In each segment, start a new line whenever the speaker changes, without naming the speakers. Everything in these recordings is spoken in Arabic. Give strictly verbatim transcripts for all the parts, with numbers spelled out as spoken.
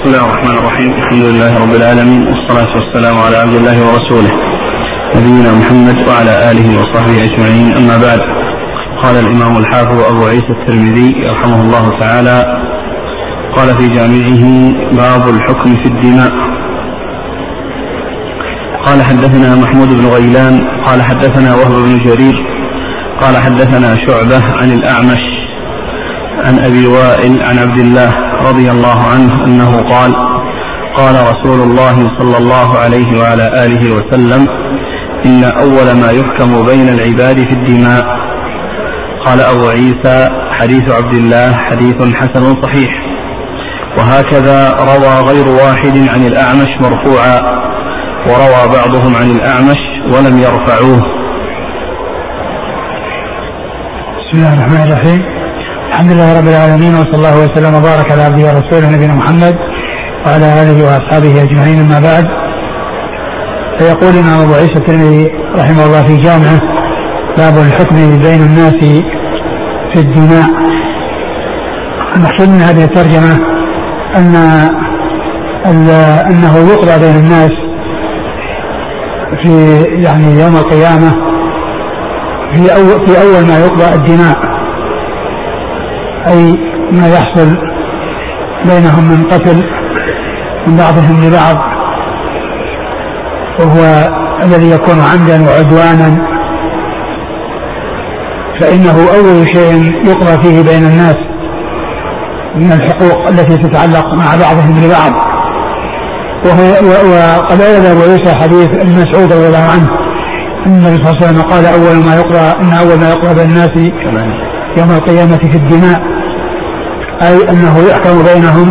بسم الله الرحمن الرحيم. الحمد لله رب العالمين، والصلاة والسلام على عبد الله ورسوله نبينا محمد وعلى آله وصحبه أجمعين، أما بعد. قال الإمام الحافظ أبو عيسى الترمذي رحمه الله تعالى قال في جامعه: باب الحكم في الدماء. قال حدثنا محمود بن غيلان قال حدثنا وهب بن جرير قال حدثنا شعبة عن الأعمش عن أبي وائل عن عبد الله رضي الله عنه أنه قال: قال رسول الله صلى الله عليه وعلى آله وسلم: إن أول ما يحكم بين العباد في الدماء. قال أبو عيسى: حديث عبد الله حديث حسن صحيح. وهكذا روى غير واحد عن الأعمش مرفوعا، وروى بعضهم عن الأعمش ولم يرفعوه.
بسم الله الرحمن الرحيم. الحمد لله رب العالمين، وصلى الله وسلم وبارك على عبده ورسوله نبينا محمد وعلى آله وأصحابه أجمعين، أما بعد. فيقول الإمام أبو عيسى الترمذي رحمه الله في جامعه: باب الحكم بين الناس في الدماء. المقصود من هذه الترجمة أن أنه يقضى بين الناس في يعني يوم القيامة في أول, في أول ما يقضى الدماء، أي ما يحصل بينهم من قتل من بعضهم لبعض، وهو الذي يكون عمدا وعدوانا، فإنه أول شيء يقضى فيه بين الناس من الحقوق التي تتعلق مع بعضهم لبعض. وقد أورد أبو عيسى حديث ابن مسعود رضي الله عنه أن النبي صلى الله عليه وسلم قال: أول ما يقضى إن أول ما يقضى بين الناس يوم القيامة في الدماء، أي أنه يحكم بينهم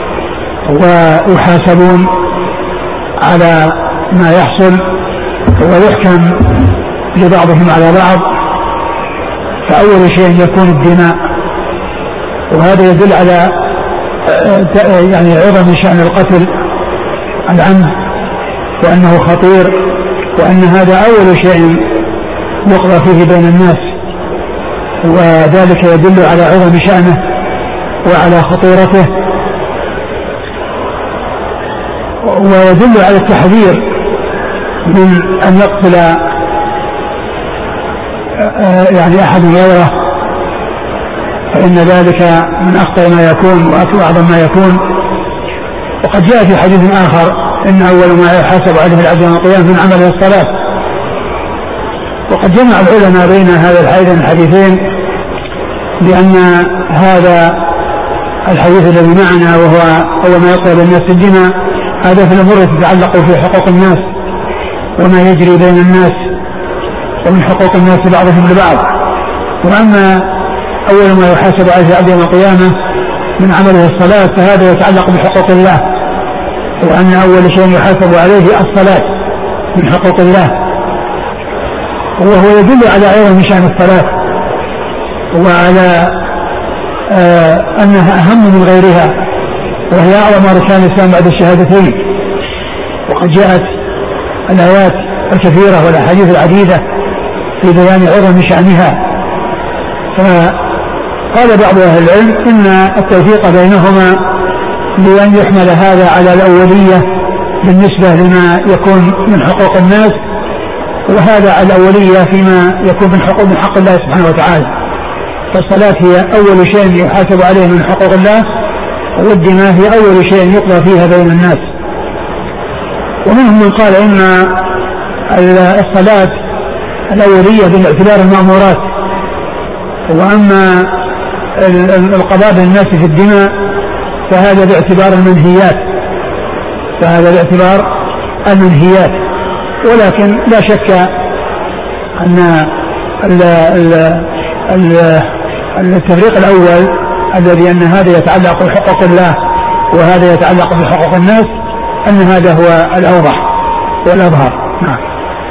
ويحاسبون على ما يحصل، ويحكم لبعضهم على بعض، فأول شيء يكون الدماء. وهذا يدل على يعني عظم شأن القتل العمد، وأنه خطير، وأن هذا أول شيء يقضى فيه بين الناس، وذلك يدل على عظم شأنه وعلى خطورته، ويدل على التحذير من أن يقتل يعني أحد غيره، فإن ذلك من أخطر ما يكون وأعظم ما يكون. وقد جاء في حديث آخر: إن أول ما يحاسب عليه العبد يوم القيامة من عمله الصلاة. وقد جمع العلماء بين هذا الحديثين، لأن هذا الحديث الذي معنا وهو أول ما يقضى بالناس في الدماء، هذا في الأمور التي تتعلق في حقوق الناس وما يجري بين الناس ومن حقوق الناس بعضهم لبعض. وأما أول ما يحاسب عليه العبد يوم القيامة من عمله الصلاة، فهذا يتعلق بحقوق الله، وأن أول شيء يحاسب عليه الصلاة من حقوق الله، وهو يدل على عظم شأن الصلاة وعلى آه أنها أهم من غيرها، وهي أعظم أركان الإسلام بعد الشهادتين. وقد جاءت الآيات الكثيرة والأحاديث العديدة في بيان عظم شأنها. فقال بعض أهل العلم إن التوفيق بينهما لأن يحمل هذا على الأولية بالنسبة لما يكون من حقوق الناس، وهذا على الأولية فيما يكون من حقوق من حق الله سبحانه وتعالى. فالصلاة هي أول شيء يحاسب عليه من حقوق الله، والدماء هي أول شيء يقضى فيها بين الناس. ومنهم من قال إن الصلاة الأولية باعتبار المأمورات، وأما القضاء بين الناس في الدماء فهذا باعتبار المنهيات، فهذا باعتبار المنهيات. ولكن لا شك أن التفريق الأول الذي أن هذا يتعلق بحقوق الله وهذا يتعلق بحقوق الناس، أن هذا هو الأوضح والأظهر. نعم.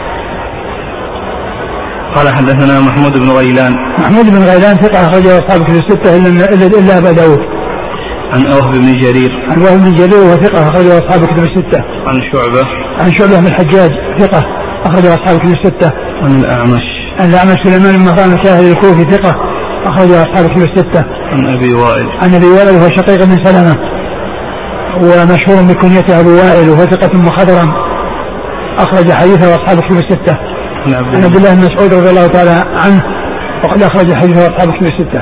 قال حدثنا محمود بن غيلان.
محمود بن غيلان ثقة أخرجه أصحاب الكتب الستة إلا أبا داود.
عن وهب بن جرير.
عن وهب بن جرير وهو ثقة أخرجه أصحاب الكتب الستة.
عن شعبة.
عن شعبة بن الحجاج ثقة أخرجه أصحاب الكتب الستة.
عن الأعمش.
عن الأعمش سليمان بن مهران الشاهد الكوفي ثقة أخرجه أصحاب الكتب الستة.
عن أبي وائل.
عن أبي وائل وهو شقيق بن سلمة ومشهور بكنيته أبو وائل وهو ثقة مخضرم أخرج حديثه أصحاب الكتب الستة. عن عبد الله بن مسعود رضي الله تعالى عنه وقد أخرج حديثه أصحاب الكتب الستة.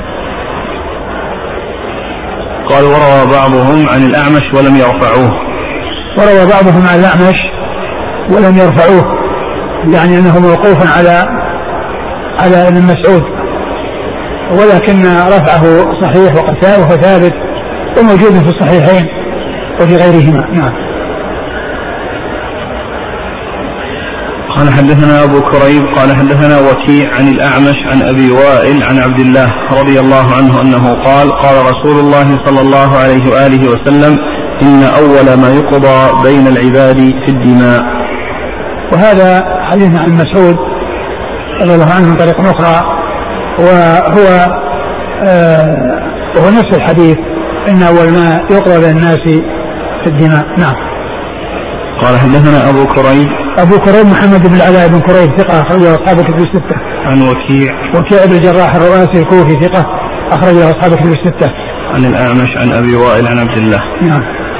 قال وروى بعضهم عن الأعمش ولم يرفعوه.
وروى بعضهم عن الأعمش ولم يرفعوه يعني أنه موقوف على على ابن مسعود ولكن رفعه صحيح وهو ثابت وموجود في الصحيحين وفي غيرهما. نعم.
قال حدثنا أبو كريب قال حدثنا وكيع عن الأعمش عن أبي وائل عن عبد الله رضي الله عنه أنه قال قال رسول الله صلى الله عليه وآله وسلم إن أول ما يقضى بين العباد في الدماء.
وهذا حديث عن مسعود رضي الله عنه من طريق أخرى وهو آه وهو نفس الحديث إن أول ما يقضى بين الناس في الدماء. نعم.
قال حدثنا أبو كريب
أبو كريب محمد بن العلاء بن كريب ثقة أخرجه أصحاب الكتب الستة.
عن وكيع
وكيع بن الجراح الرؤاسي الكوفي ثقة أخرجه أصحاب الكتب الستة.
عن الأعمش عن أبي وائل عن عبد الله.
نعم.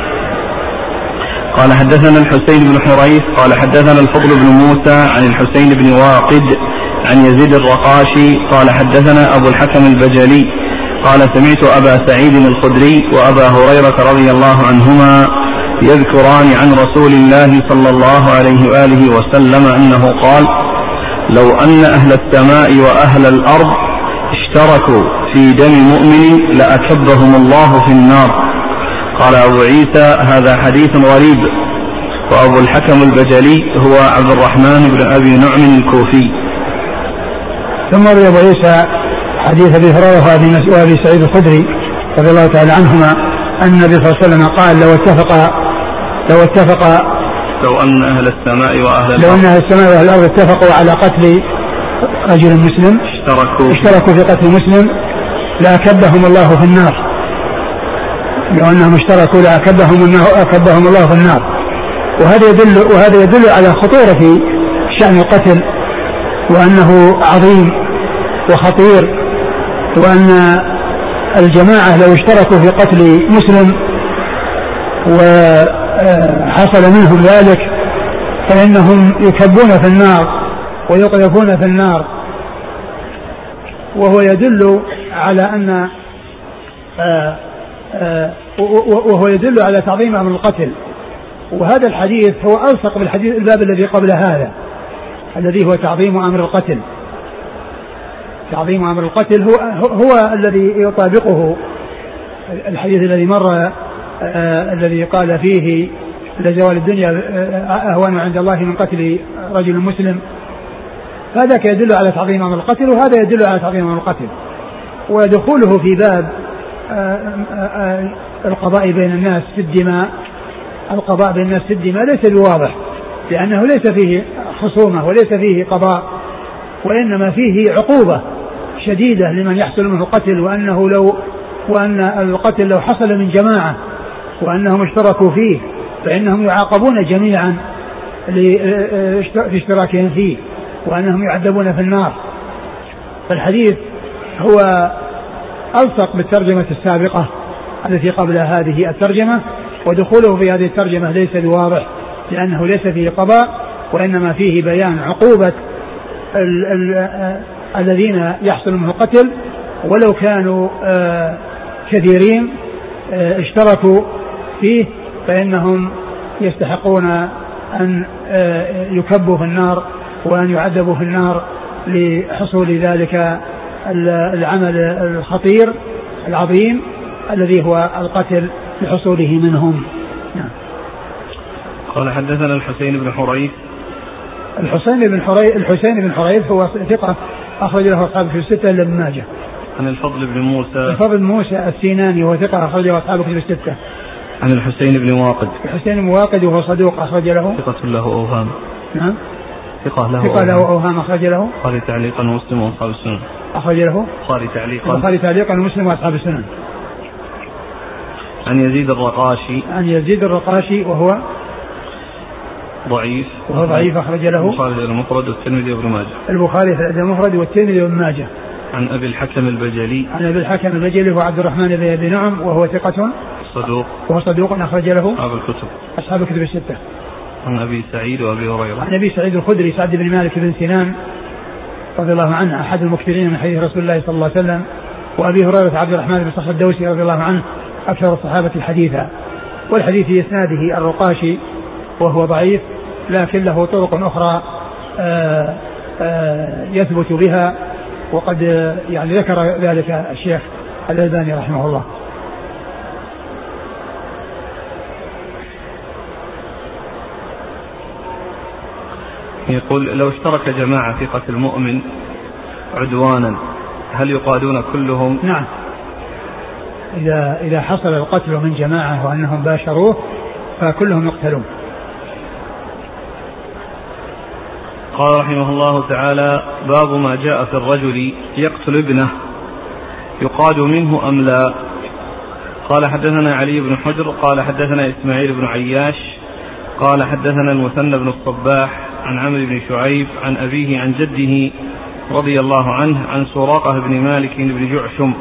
قال حدثنا الحسين بن حريث قال حدثنا الفضل بن موسى عن الحسين بن واقد عن يزيد الرقاشي قال حدثنا أبو الحكم البجلي قال سمعت أبا سعيد الخدري وأبا هريرة رضي الله عنهما يذكران عن رسول الله صلى الله عليه وآله وسلم أنه قال لو أن أهل السماء وأهل الأرض اشتركوا في دم مؤمن لأكبهم الله في النار. قال أبو عيسى هذا حديث غريب. وأبو الحكم البجلي هو عبد الرحمن بن أبي نعم الكوفي.
ثم روى أبو عيسى حديث أبي هريرة وأبي سعيد الخدري رضي الله تعالى عنهما أن النبي صلى الله عليه وسلم قال لو اتفق لو اتفق
لو أن أهل السماء وأهل الأرض
لو أن أهل السماء وأهل الأرض اتفقوا على قتل رجل مسلم
اشتركوا,
اشتركوا في قتل مسلم لأكبهم الله في النار. لو أنهم اشتركوا لأكبهم أكبهم الله في النار. وهذا يدل وهذا يدل على خطورة شأن القتل وأنه عظيم وخطير وأن الجماعة لو اشتركوا في قتل مسلم وحصل منهم ذلك فإنهم يكبون في النار ويقذفون في النار. وهو يدل على أن وهو يدل على تعظيم أمر القتل. وهذا الحديث هو ألصق بالحديث الباب الذي قبل هذا الذي هو تعظيم أمر القتل. تعظيم أمر القتل هو, هو الذي يطابقه الحديث الذي مر آه الذي قال فيه لزوال الدنيا أهون عند الله من قتل رجل مسلم. هذاك يدل على تعظيم أمر القتل وهذا يدل على تعظيم أمر القتل. ودخوله في باب آه آه القضاء بين الناس في الدماء القضاء بين الناس في الدماء ليس بواضح لأنه ليس فيه خصومة وليس فيه قضاء وإنما فيه عقوبة شديدة لمن يحصل منه قتل وأنه لو وأن القتل لو حصل من جماعة وأنهم اشتركوا فيه فإنهم يعاقبون جميعا في اشتراكهم فيه وأنهم يعذبون في النار. فالحديث هو ألصق بالترجمة السابقة التي قبل هذه الترجمة. ودخوله في هذه الترجمة ليس بواضح لأنه ليس فيه قضاء وإنما فيه بيان عقوبة ال ال الذين يحصل منه قتل ولو كانوا آه كثيرين آه اشتركوا فيه فإنهم يستحقون أن آه يكبوا في النار وأن يعذبوا في النار لحصول ذلك العمل الخطير العظيم الذي هو القتل لحصوله منهم. نعم.
قال حدثنا الحسين بن حريث
الحسين بن حريث الحسين بن حريث هو ثقة أخرج له أصحاب في الستة إلا ابن ماجه.
عن الفضل بن موسى
الفضل بن موسى السيناني وهو ثقة أخرج له أصحاب في الستة.
عن الحسين بن واقد
الحسين بن واقد وهو صدوق أخرج له
ثقة له أوهام.
نعم
ثقة له
ثقة له أوهام أخرج له
قال تعليقا مسلم وأصحاب السنن
أخرج له
قال تعليقا
قال تعليقا مسلم وأصحاب السنن.
عن يزيد الرقاشي
عن يزيد الرقاشي وهو
ضعيف
وهو ضعيف أخرج له
البخاري في المفرد والترمذي وابن ماجه.
البخاري في المفرد والترمذي وابن ماجه.
عن أبي الحكم البجلي
عن أبي الحكم البجلي هو عبد الرحمن بن أبي نعم وهو ثقة
صدوق
وهو صدوق أخرج له
أصحاب الكتب
أصحاب الكتب الستة.
عن أبي سعيد وأبي هريرة.
عن أبي سعيد الخدري سعد بن مالك بن سنان رضي الله عنه أحد المكثرين من حديث رسول الله صلى الله عليه وسلم. وأبي هريرة عبد الرحمن بن صخر الدوسي رضي الله عنه أكثر الصحابة حديثا. والحديث في إسناده الرقاشي وهو ضعيف لكن له طرق أخرى آآ آآ يثبت بها وقد يعني ذكر ذلك الشيخ الألباني رحمه الله.
يقول لو اشترك جماعة في قتل مؤمن عدوانا هل يقادون كلهم؟
نعم، إذا إذا حصل القتل من جماعة وأنهم باشروه فكلهم يقتلون.
قال رحمه الله تعالى: باب ما جاء في الرجل يقتل ابنه يقاد منه أم لا. قال حدثنا علي بن حجر قال حدثنا إسماعيل بن عياش قال حدثنا المثنى بن الصباح عن عمرو بن شعيب عن أبيه عن جده رضي الله عنه عن سراقة بن مالك بن جعشم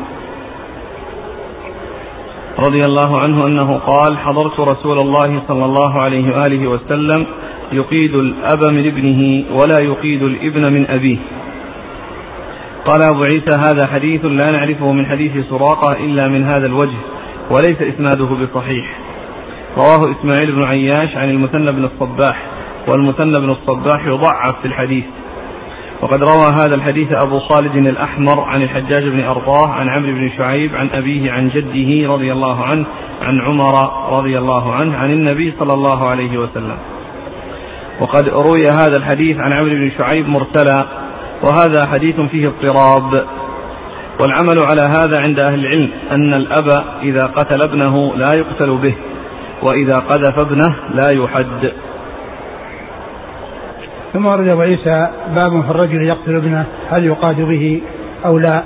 رضي الله عنه أنه قال: حضرت رسول الله صلى الله عليه وآله وسلم يقيد الأب من ابنه ولا يقيد الابن من أبيه. قال أبو عيسى: هذا حديث لا نعرفه من حديث سراقة إلا من هذا الوجه وليس إسناده بصحيح. رواه إسماعيل بن عياش عن المثنى بن الصباح، والمثنى بن الصباح يضعف في الحديث. وقد روى هذا الحديث أبو خالد الأحمر عن الحجاج بن أرطاه عن عمرو بن شعيب عن أبيه عن جده رضي الله عنه عن عمر رضي الله عنه عن النبي صلى الله عليه وسلم. وقد روي هذا الحديث عن عمرو بن شعيب مرسلا، وهذا حديث فيه اضطراب. والعمل على هذا عند أهل العلم أن الأب إذا قتل ابنه لا يقتل به، وإذا قذف ابنه لا يحد.
ثم ورد أبو عيسى: باب في الرجل يقتل ابنه هل يقاد به أو لا.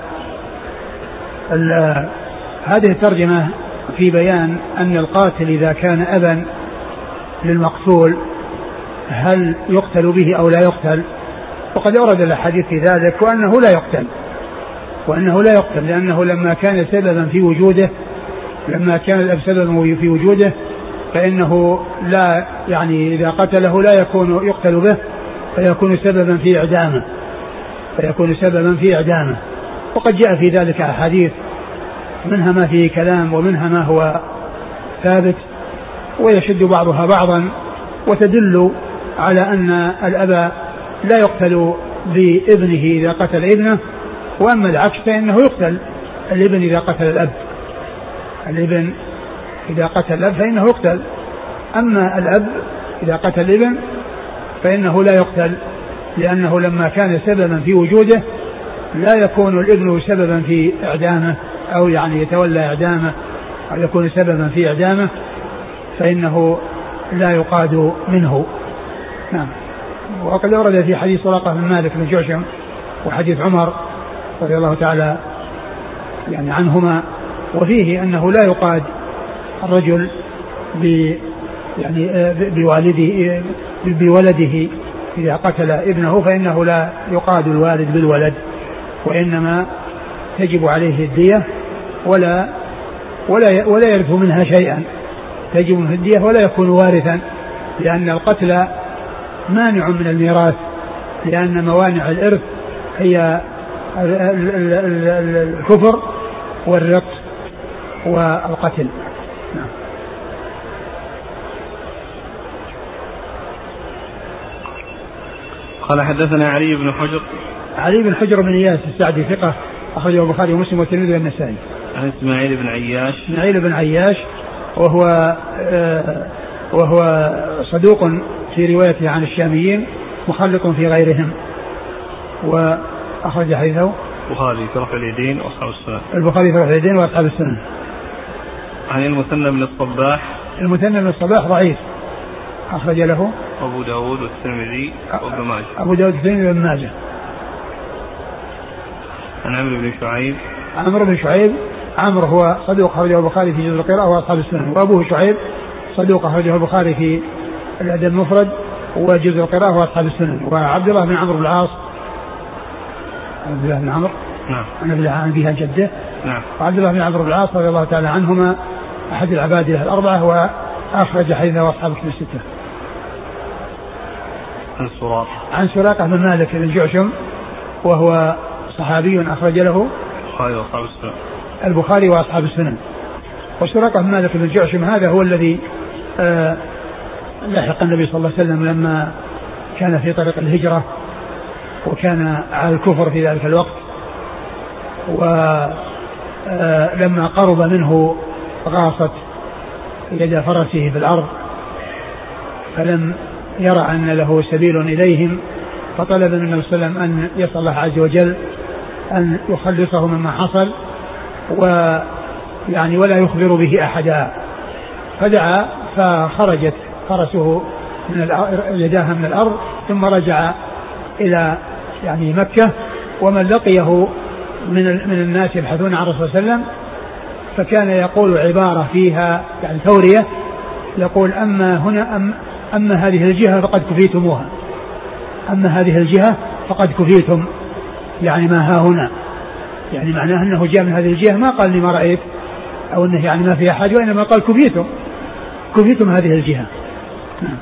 هذه الترجمة في بيان أن القاتل إذا كان أبا للمقتول هل يقتل به أو لا يقتل. وقد أورد الحديث في ذلك وأنه لا يقتل وأنه لا يقتل لأنه لما كان سببا في وجوده لما كان الأب سببا في وجوده فإنه لا يعني إذا قتله لا يكون يقتل به فيكون سببا في إعدامه فيكون سببا في إعدامه. وقد جاء في ذلك أحاديث منها ما فيه كلام ومنها ما هو ثابت ويشد بعضها بعضا وتدل على أن الأب لا يقتل بابنه إذا قتل ابنه، وأما العكس فإنه يقتل الابن إذا قتل الأب الابن إذا قتل الأب فإنه يقتل. أما الأب إذا قتل الابن فإنه لا يقتل لأنه لما كان سببا في وجوده لا يكون الابن سببا في إعدامه أو يعني يتولى إعدامه أو يكون سببا في إعدامه فإنه لا يقاد منه. نعم. وقد ورد في حديث سراقة بن مالك بن جعشم وحديث عمر رضي الله تعالى يعني عنهما وفيه أنه لا يقاد الرجل ب يعني بوالده بولده إذا قتل ابنه فإنه لا يقاد الوالد بالولد وإنما تجب عليه الدية ولا ولا ولا يرث منها شيئا تجب منه الدية ولا يكون وارثا لأن القتل مانع من الميراث لأن موانع الإرث هي الكفر والرق والقتل. نعم.
قال حدثنا علي بن حجر
علي بن حجر بن إياس السعدي ثقة أخرجه البخاري ومسلم والترمذي والنسائي.
عن إسماعيل بن عياش
إسماعيل بن عياش وهو آه وهو صدوق في روايته عن الشاميين مخلط في غيرهم وأخرج حديثه
البخاري في رفع اليدين وأصحاب السنن
البخاري في رفع اليدين وأصحاب السنن.
عن المثنى بن الصباح
المثنى بن الصباح ضعيف أخرج له
أبو داود والترمذي وابن ماجه
أبو داود والترمذي وابن ماجه.
عن عمرو بن شعيب
عمرو بن شعيب عمرو هو صدوق أخرجه البخاري في جزء القراءة وأصحاب السنن وأبوه شعيب صدوق أخرجه البخاري في الأدب المفرد وجزء القراءة وأصحاب السنن. وعبد الله بن عمرو بن العاص عبد الله بن عمرو
نعم
عن أبيها جده
نعم
وعبد الله بن عمرو بن العاص رضي الله تعالى عنهما أحد العبادلة الأربعة وأخرج حديثه وأصحاب الكتب الستة.
عن سراقة
عن سراقة بن مالك بن جعشم وهو صحابي أخرج له
البخاري وأصحاب السنن
البخاري وأصحاب السنن. وسراقة بن مالك بن جعشم هذا هو الذي آه لحق النبي صلى الله عليه وسلم لما كان في طريق الهجرة وكان على الكفر في ذلك الوقت، ولما قرب منه غاصت يد فرسه في الأرض فلم يرى أن له سبيل إليهم، فطلب من النبي صلى الله عليه وسلم أن يسأل الله عز وجل أن يخلصه مما حصل ويعني ولا يخبر به أحدا، فدعا فخرجت فرسه من يداها من الأرض ثم رجع إلى يعني مكة. ومن لقيه من من الناس يبحثون عن الرسول صلى الله عليه وسلم فكان يقول عبارة فيها يعني ثورية، يقول أما هنا أم أما هذه الجهة فقد كفيتموها، أما هذه الجهة فقد كفيتم، يعني ما ها هنا، يعني معناه أنه جاء من هذه الجهة، ما قال لي ما رأيت أو أنه يعني ما فيها حاجة، وإنما قال كفيتم كفيتم هذه الجهة. نعم.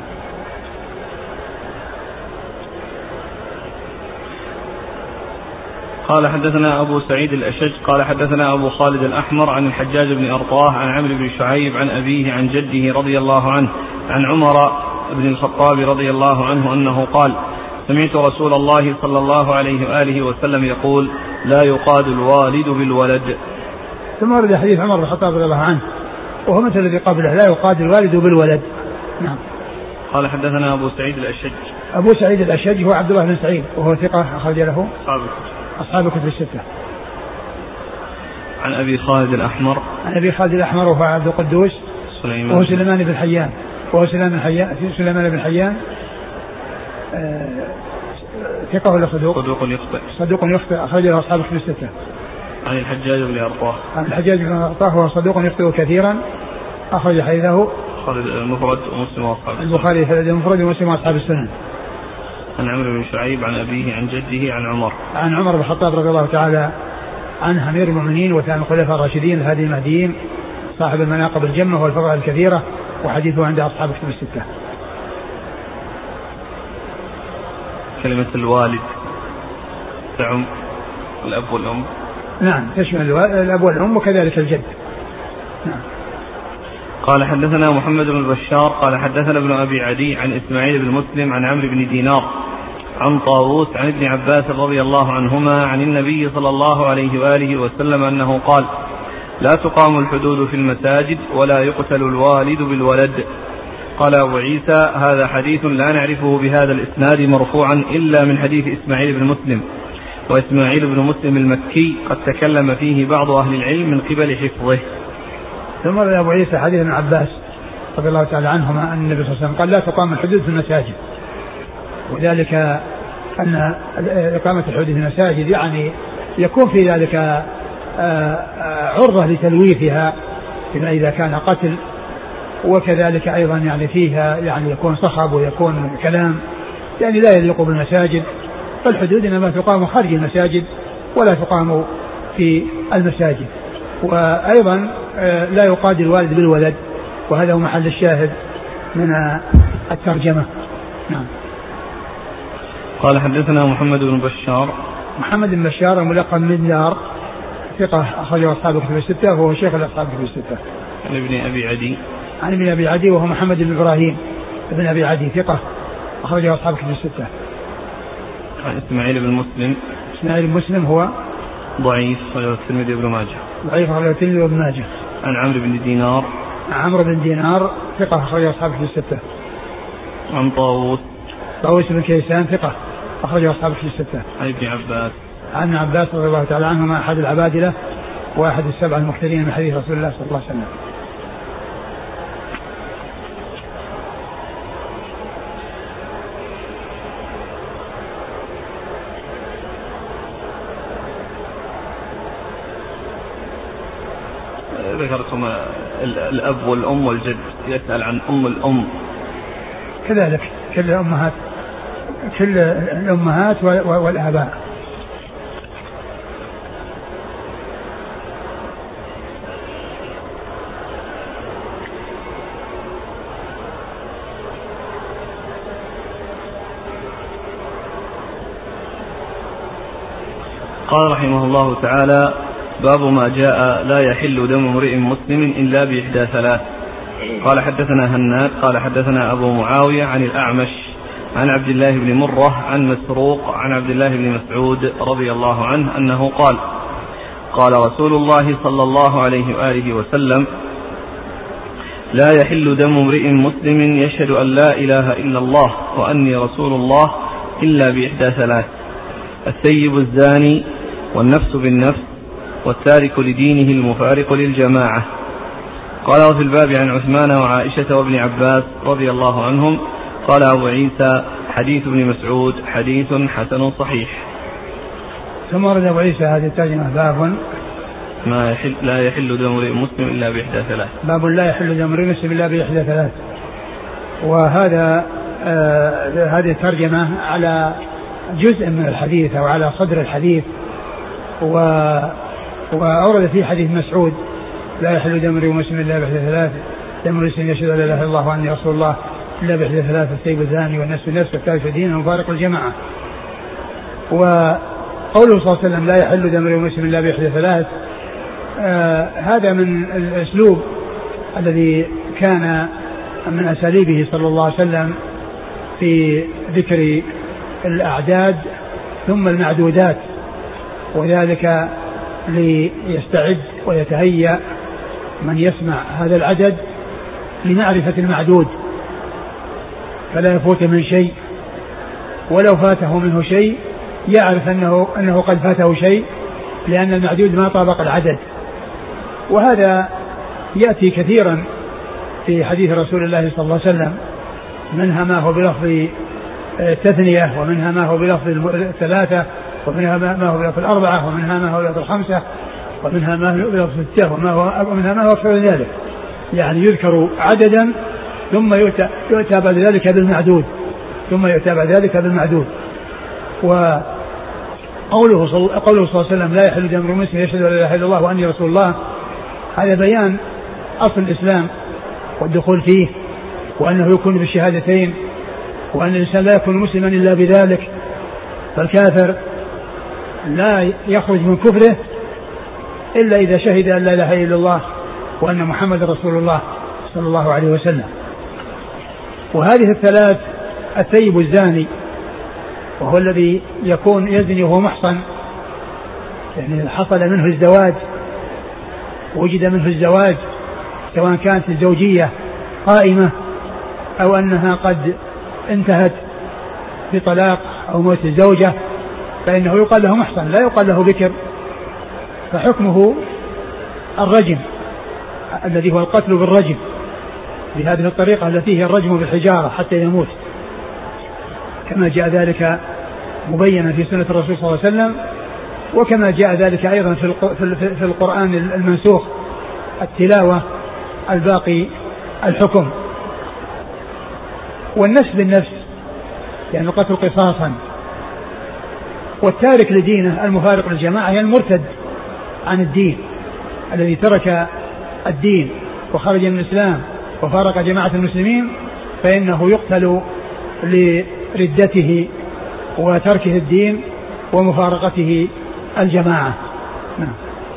قال حدثنا أبو سعيد الأشج قال حدثنا أبو خالد الأحمر عن الحجاج بن أرطاه عن عمرو بن شعيب عن أبيه عن جده رضي الله عنه عن عمر بن الخطاب رضي الله عنه أنه قال: سمعت رسول الله صلى الله عليه وآله وسلم يقول: لا يقاد الوالد بالولد.
ثم ورد حديث عمر بن الخطاب رضي الله عنه وهو مثل الذي قبله: لا يقاد الوالد بالولد. نعم.
قال حدثنا أبو سعيد الأشج
أبو سعيد الأشج هو عبد الله بن سعيد وهو ثقة أخرج له أصحاب الكتب الستة.
عن أبي خالد الأحمر
عن أبي خالد الأحمر وهو عبد القدوس
سليمان
وهو سليمان بن حيان وهو سليمان بن حيان سليمان بن حيان آه ثقة ولا صدوق؟
صدوق يخطئ
صدوق يخطئ أخرج له أصحاب الكتب الستة.
عن الحجاج بن أرطاه
عن الحجاج بن أرطاه وهو صدوق يخطئ كثيرا أخرج حديثه
المفرد ومسلم وأصحاب
البخاري في المفرد ومسلم وأصحاب السنن.
عن عمرو بن شعيب عن أبيه عن جده عن عمر
عن عمر بن الخطاب رضي الله تعالى عنه أمير المؤمنين وثاني الخلفاء الراشدين الهادي المهديين صاحب المناقب الجمة والفضائل الكثيرة وحديثه عند أصحاب الكتب الستة.
كلمة الوالد تعم الأب والأم.
نعم تشمل الأب والأم وكذلك الجد. نعم.
قال حدثنا محمد بن بشار قال حدثنا ابن أبي عدي عن إسماعيل بن مسلم عن عمرو بن دينار عن طاووس عن ابن عباس رضي الله عنهما عن النبي صلى الله عليه وآله وسلم أنه قال: لا تقام الحدود في المساجد ولا يقتل الوالد بالولد. قال أبو عيسى: هذا حديث لا نعرفه بهذا الإسناد مرفوعا إلا من حديث إسماعيل بن مسلم، وإسماعيل بن مسلم المكي قد تكلم فيه بعض أهل العلم من قبل حفظه.
ثم روى أبو عيسى حديث ابن عباس رضي الله تعالى عنهما أن النبي صلى الله عليه وسلم قال: لا تقام الحدود في المساجد، وذلك أن إقامة الحدود في المساجد يعني يكون في ذلك عرضة لتلويثها بما إذا كان قتل، وكذلك أيضا يعني فيها يعني يكون صخب ويكون كلام يعني لا يليق بالمساجد. فالحدود إنما تقام خارج المساجد ولا تقام في المساجد. وأيضا لا يقاد الوالد بالولد، وهذا هو محل الشاهد من الترجمة. نعم.
قال حدثنا محمد بن بشار
محمد بن بشار الملقب من دار ثقة أخرجه أصحاب الكتب الستة وهو شيخ أصحاب الكتب الستة.
عن ابن أبي عدي
عن ابن أبي عدي وهو محمد بن إبراهيم ابن أبي عدي ثقة أخرجه أصحاب الكتب الستة.
عن إسماعيل بن مسلم
إسماعيل بن مسلم هو
ضعيف أخرجه الترمذي وابن ماجه
ضعيف أخرجه الترمذي وابن ماجه.
عن عمرو بن دينار
عمرو بن دينار ثقة أخرجه أصحاب الكتب الستة.
عن طاووس
طاووس بن كيسان ثقة أخرجه أصحاب الكتب الستة.
عن ابن عباس
عن عباس رضي الله تعالى عنهما أحد العبادلة واحد السبع المكثرين من حديث رسول الله صلى الله عليه وسلم.
ذكرتم الأب والأم والجد، يسأل عن أم الأم
كذلك كل الأمهات كل الأمهات والآباء.
قال رحمه الله تعالى: باب ما جاء لا يحل دم امرئ مسلم إلا بإحدى ثلاث. قال حدثنا هناد قال حدثنا أبو معاوية عن الأعمش عن عبد الله بن مرة عن مسروق عن عبد الله بن مسعود رضي الله عنه أنه قال: قال رسول الله صلى الله عليه وآله وسلم: لا يحل دم امرئ مسلم يشهد أن لا إله إلا الله وأني رسول الله إلا بإحدى ثلاث: الثيب الزاني، والنفس بالنفس، والتارك لدينه المفارق للجماعة. قال: وفي الباب عن عثمان وعائشة وابن عباس رضي الله عنهم. قال أبو عيسى: حديث ابن مسعود حديث حسن صحيح.
ثم ورد أبو عيسى هذه الترجمة: باب
ما يحل لا يحل دم امرئ مسلم إلا بإحدى ثلاث.
باب لا يحل دم امرئ مسلم إلا بإحدى ثلاث. وهذا آه هذه الترجمة على جزء من الحديث أو على صدر الحديث، و وأورد فيه حديث مسعود: لا يحل دم امرئ مسلم إلا بإحدى ثلاث: دم المسلم يشهد أن لا إله إلا الله وأني رسول الله إلا بإحدى ثلاث: الثيب الزاني، والنفس بالنفس، والتارك لدينه المفارق للجماعة. وقوله صلى الله عليه وسلم: لا يحل دم امرئ مسلم إلا بإحدى ثلاث، آه هذا من الأسلوب الذي كان من أساليبه صلى الله عليه وسلم في ذكر الأعداد ثم المعدودات، وذلك ليستعد ويتهيأ من يسمع هذا العدد لمعرفة المعدود، فلا يفوت من شيء، ولو فاته منه شيء يعرف أنه, أنه قد فاته شيء، لأن المعدود ما طابق العدد. وهذا يأتي كثيرا في حديث رسول الله صلى الله عليه وسلم، منها ما هو بلفظ التثنية، ومنها ما هو بلفظ الثلاثة، ومنها ما هو بلفظ الأربعة، ومنها ما هو بلفظ الخمسة، ومنها ما هو بلفظ الستة، ومنها ما هو أكثر من ذلك. يعني يذكر عددا ثم يؤتى, يؤتى بعد ذلك بالمعدود، ثم يؤتى بعد ذلك بالمعدود. وقوله صلى الله عليه وسلم: لا يحل دم امرئ مسلم يشهد أن لا إله إلا الله وأني رسول الله، هذا بيان أصل الإسلام والدخول فيه، وأنه يكون بالشهادتين، وأن الإنسان لا يكون مسلما إلا بذلك. فالكافر لا يخرج من كفره إلا إذا شهد أن لا إله إلا الله وأن محمد رسول الله صلى الله عليه وسلم. وهذه الثلاث: الثيب الزاني، وهو الذي يكون يزني وهو محصن، يعني حصل منه الزواج، وجد منه الزواج، سواء كانت الزوجية قائمة أو أنها قد انتهت بطلاق أو موت الزوجة، فإنه يقال له محصن، لا يقال له بكر، فحكمه الرجم الذي هو القتل بالرجم، بهذه الطريقة التي هي الرجم بالحجارة حتى يموت، كما جاء ذلك مبينا في سنة الرسول صلى الله عليه وسلم، وكما جاء ذلك أيضا في القرآن المنسوخ التلاوة الباقي الحكم. والنفس بالنفس يعني القتل قصاصا. والتارك لدينه المفارق للجماعة يعني المرتد عن الدين، الذي ترك الدين وخرج من الإسلام وفارق جماعة المسلمين، فإنه يقتل لردته وتركه الدين ومفارقته الجماعة. نعم.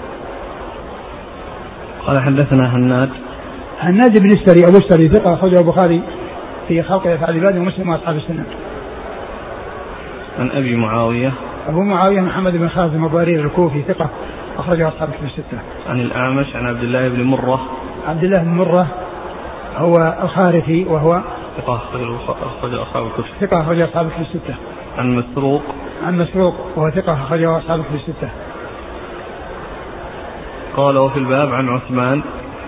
قال حدثنا هناد
هناد بن السري أبو السري ثقة أخرجه البخاري في خلق أفعال العباد ومسلم وأصحاب السنة.
عن أبي معاوية
أبو معاوية محمد بن خازم أبو هريرة الكوفي ثقة أخرجه أصحاب الكتب الستة.
عن الأعمش عن عبد الله بن مرة
عبد الله بن مرة هو الخارفي وهو
ثقة أخرج أصحاب الكتب
ثقة أخرج أصحاب الكتب الستة.
عن مسروق
عن مسروق وهو ثقة أخرجه أصحاب الكتب الستة.
قال وفي الباب عن عثمان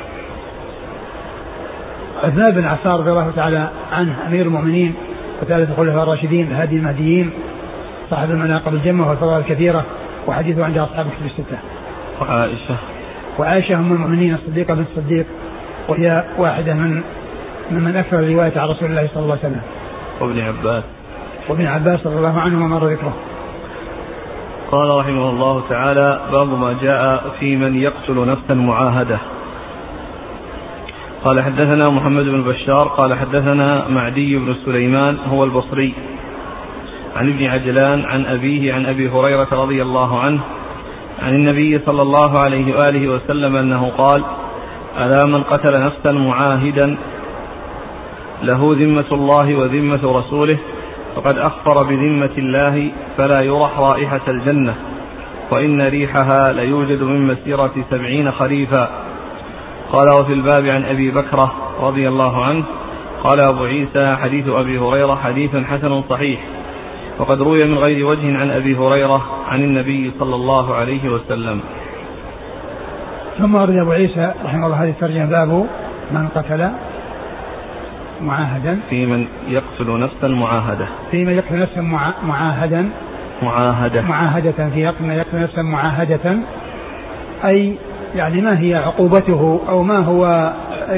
عثمان بن عفان رضي الله تعالى عنه أمير المؤمنين وثالث الخلفاء الراشدين الهادي المهديين صاحب المناقب الجمة والفضائل الكثيرة، وحديثه عند أصحاب الكتب الستة.
وعائشة
وعائشة أم المؤمنين الصديقة بنت الصديق، وهي واحدة من من أكثر الرواية عن رسول الله صلى الله عليه وسلم.
وابن عباس
وابن عباس رضي الله عنه ومر ذكره.
قال رحمه الله تعالى باب ما جاء في من يقتل نفسا معاهدة. قال حدثنا محمد بن بشار قال حدثنا معدي بن سليمان هو البصري عن ابن عجلان عن أبيه عن أبي هريرة رضي الله عنه عن النبي صلى الله عليه وآله وسلم أنه قال: ألا من قتل نفسا معاهدا له ذمة الله وذمة رسوله فقد أخفر بذمة الله فلا يرح رائحة الجنة وإن ريحها ليوجد من مسيرة سبعين خريفا. قال: وفي الباب عن أبي بكرة رضي الله عنه. قال أبو عيسى: حديث أبي هريرة حديث حسن صحيح، وقد روي من غير وجه عن أبي هريرة عن النبي صلى الله عليه وسلم.
ثم ورد أبو عيسى رحمه الله هذه الترجمة: باب من قتل معاهدا،
في من يقتل نفسا معاهدة،
في من يقتل نفسا معاهدا
معاهدة
معاهدة في من يقتل نفسا معاهدة، أي يعني ما هي عقوبته أو ما هو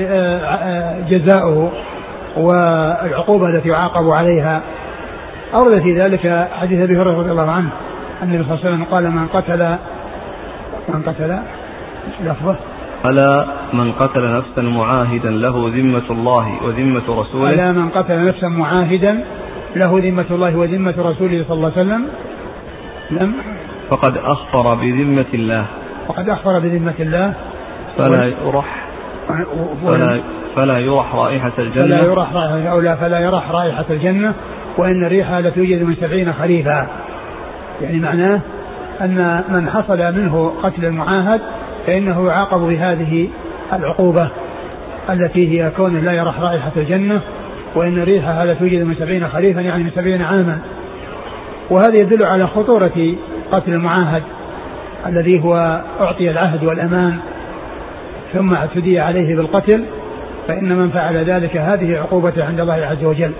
جزاؤه والعقوبة التي يعاقب عليها. أورد في ذلك حديث أبي هريرة رضي الله عنه أن النبي صلى الله عليه وسلم قال: من قتل من قتل لفظه
ألا من قتل نفسا معاهدا له ذمة الله وذمة رسوله
ألا من قتل نفسا معاهدا له ذمة الله وذمة رسوله صلى الله عليه وسلم لم
فقد أخفر بذمة الله
فقد أخفر بذمة الله
فلا يرح فلا, فلا يرح رائحة الجنة
فلا يرح رائحة أو لا فلا يرح رائحة الجنة وإن ريحها لتوجد من سبعين خريفا. يعني معناه أن من حصل منه قتل المعاهد فإنه يعاقب بهذه العقوبة التي هي كونه لا يرح رائحة الجنة وإن ريحها لتوجد من سبعين خريفا، يعني من سبعين عاما. وهذا يدل على خطورة قتل المعاهد الذي هو أعطي العهد والأمان ثم اعتدي عليه بالقتل، فإن من فعل ذلك هذه عقوبته عند الله عز وجل.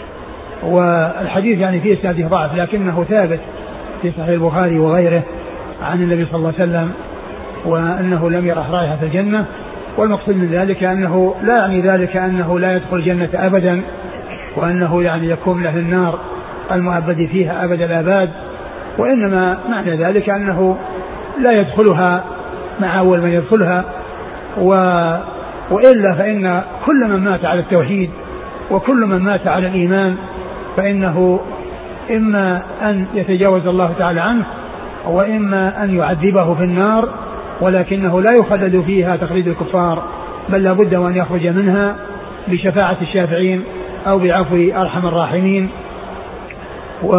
والحديث يعني فيه اسناده ضعف لكنه ثابت في صحيح البخاري وغيره عن النبي صلى الله عليه وسلم وأنه لم يرح رائحة الجنة. والمقصود من ذلك أنه لا يعني ذلك أنه لا يدخل الجنة أبدا وأنه يعني يكون له النار المؤبد فيها أبد الآباد، وإنما معنى ذلك أنه لا يدخلها مع أول من يدخلها. و... وإلا فإن كل من مات على التوحيد وكل من مات على الإيمان فإنه إما أن يتجاوز الله تعالى عنه وإما أن يعذبه في النار، ولكنه لا يخلد فيها تخليد الكفار، بل لا بد وأن يخرج منها بشفاعة الشافعين أو بعفو أرحم الراحمين. و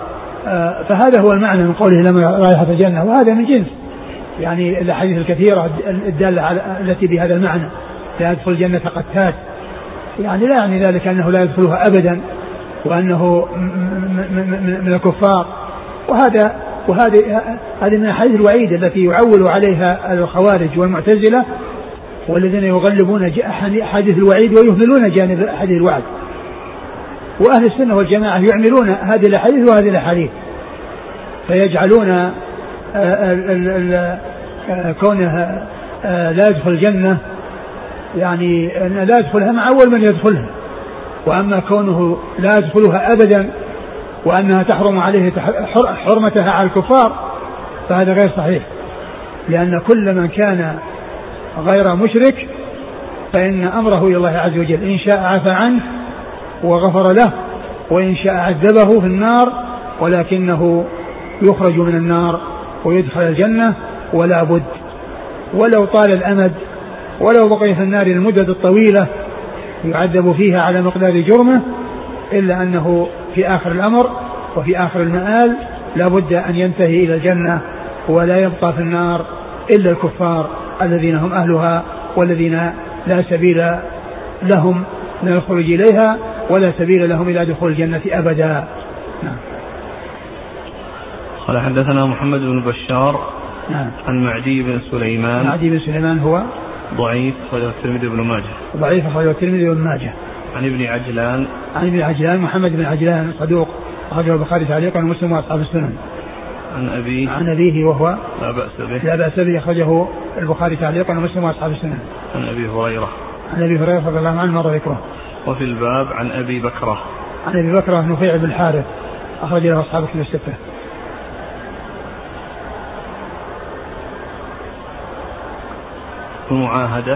فهذا هو المعنى من قوله لم رائحة الجنة، وهذا من جنس يعني الأحاديث الكثيرة الدالة على التي بهذا المعنى: لا يدخل الجنة قتات، يعني لا يعني ذلك أنه لا يدخلها أبدا وأنه من الكفار. وهذا وهذه هذه من أحاديث الوعيد التي يعول عليها الخوارج والمعتزلة والذين يغلبون أحاديث الوعيد ويهملون جانب أحاديث الوعد. وأهل السنة والجماعة يعملون هذه الأحاديث وهذه الأحاديث، فيجعلون كونها لا يدخل الجنة يعني لا يدخلها مع أول من يدخلها، وأما كونه لا يدخلها أبدا وأنها تحرم عليه حرمتها على الكفار فهذا غير صحيح، لأن كل من كان غير مشرك فإن أمره إلى الله عز وجل، إن شاء عفى عنه وغفر له وإن شاء عذبه في النار، ولكنه يخرج من النار ويدخل الجنة ولا بد، ولو طال الأمد ولو بقي في النار المدة الطويلة يعذب فيها على مقدار جرمه، إلا أنه في آخر الأمر وفي آخر المآل لا بد أن ينتهي إلى الجنة ولا يبقى في النار إلا الكفار الذين هم أهلها والذين لا سبيل لهم من الخروج إليها ولا سبيل لهم إلى دخول الجنة أبدا. نعم.
قال حدثنا محمد بن بشار
نعم.
عن معدي بن سليمان.
معدي بن سليمان هو
ضعيف أخرجه الترمذي وابن ماجه.
ضعيف أخرجه الترمذي وابن ماجه.
عن ابن عجلان.
عن ابن عجلان محمد بن عجلان صدوق أخرجه البخاري تعليقا ومسلم وأصحاب السنن.
عن أبيه.
عن أبيه وهو
لا بأس به.
لا بأس به أخرجه البخاري تعليقا ومسلم وأصحاب السنن.
عن أبي هريرة.
عن أبي هريرة رضي الله عنه مر ذكره.
وفي الباب عن أبي بكرة.
عن أبي بكرة نفيع بن الحارث أخرج له أصحاب الكتب الستة.
المعاهدة.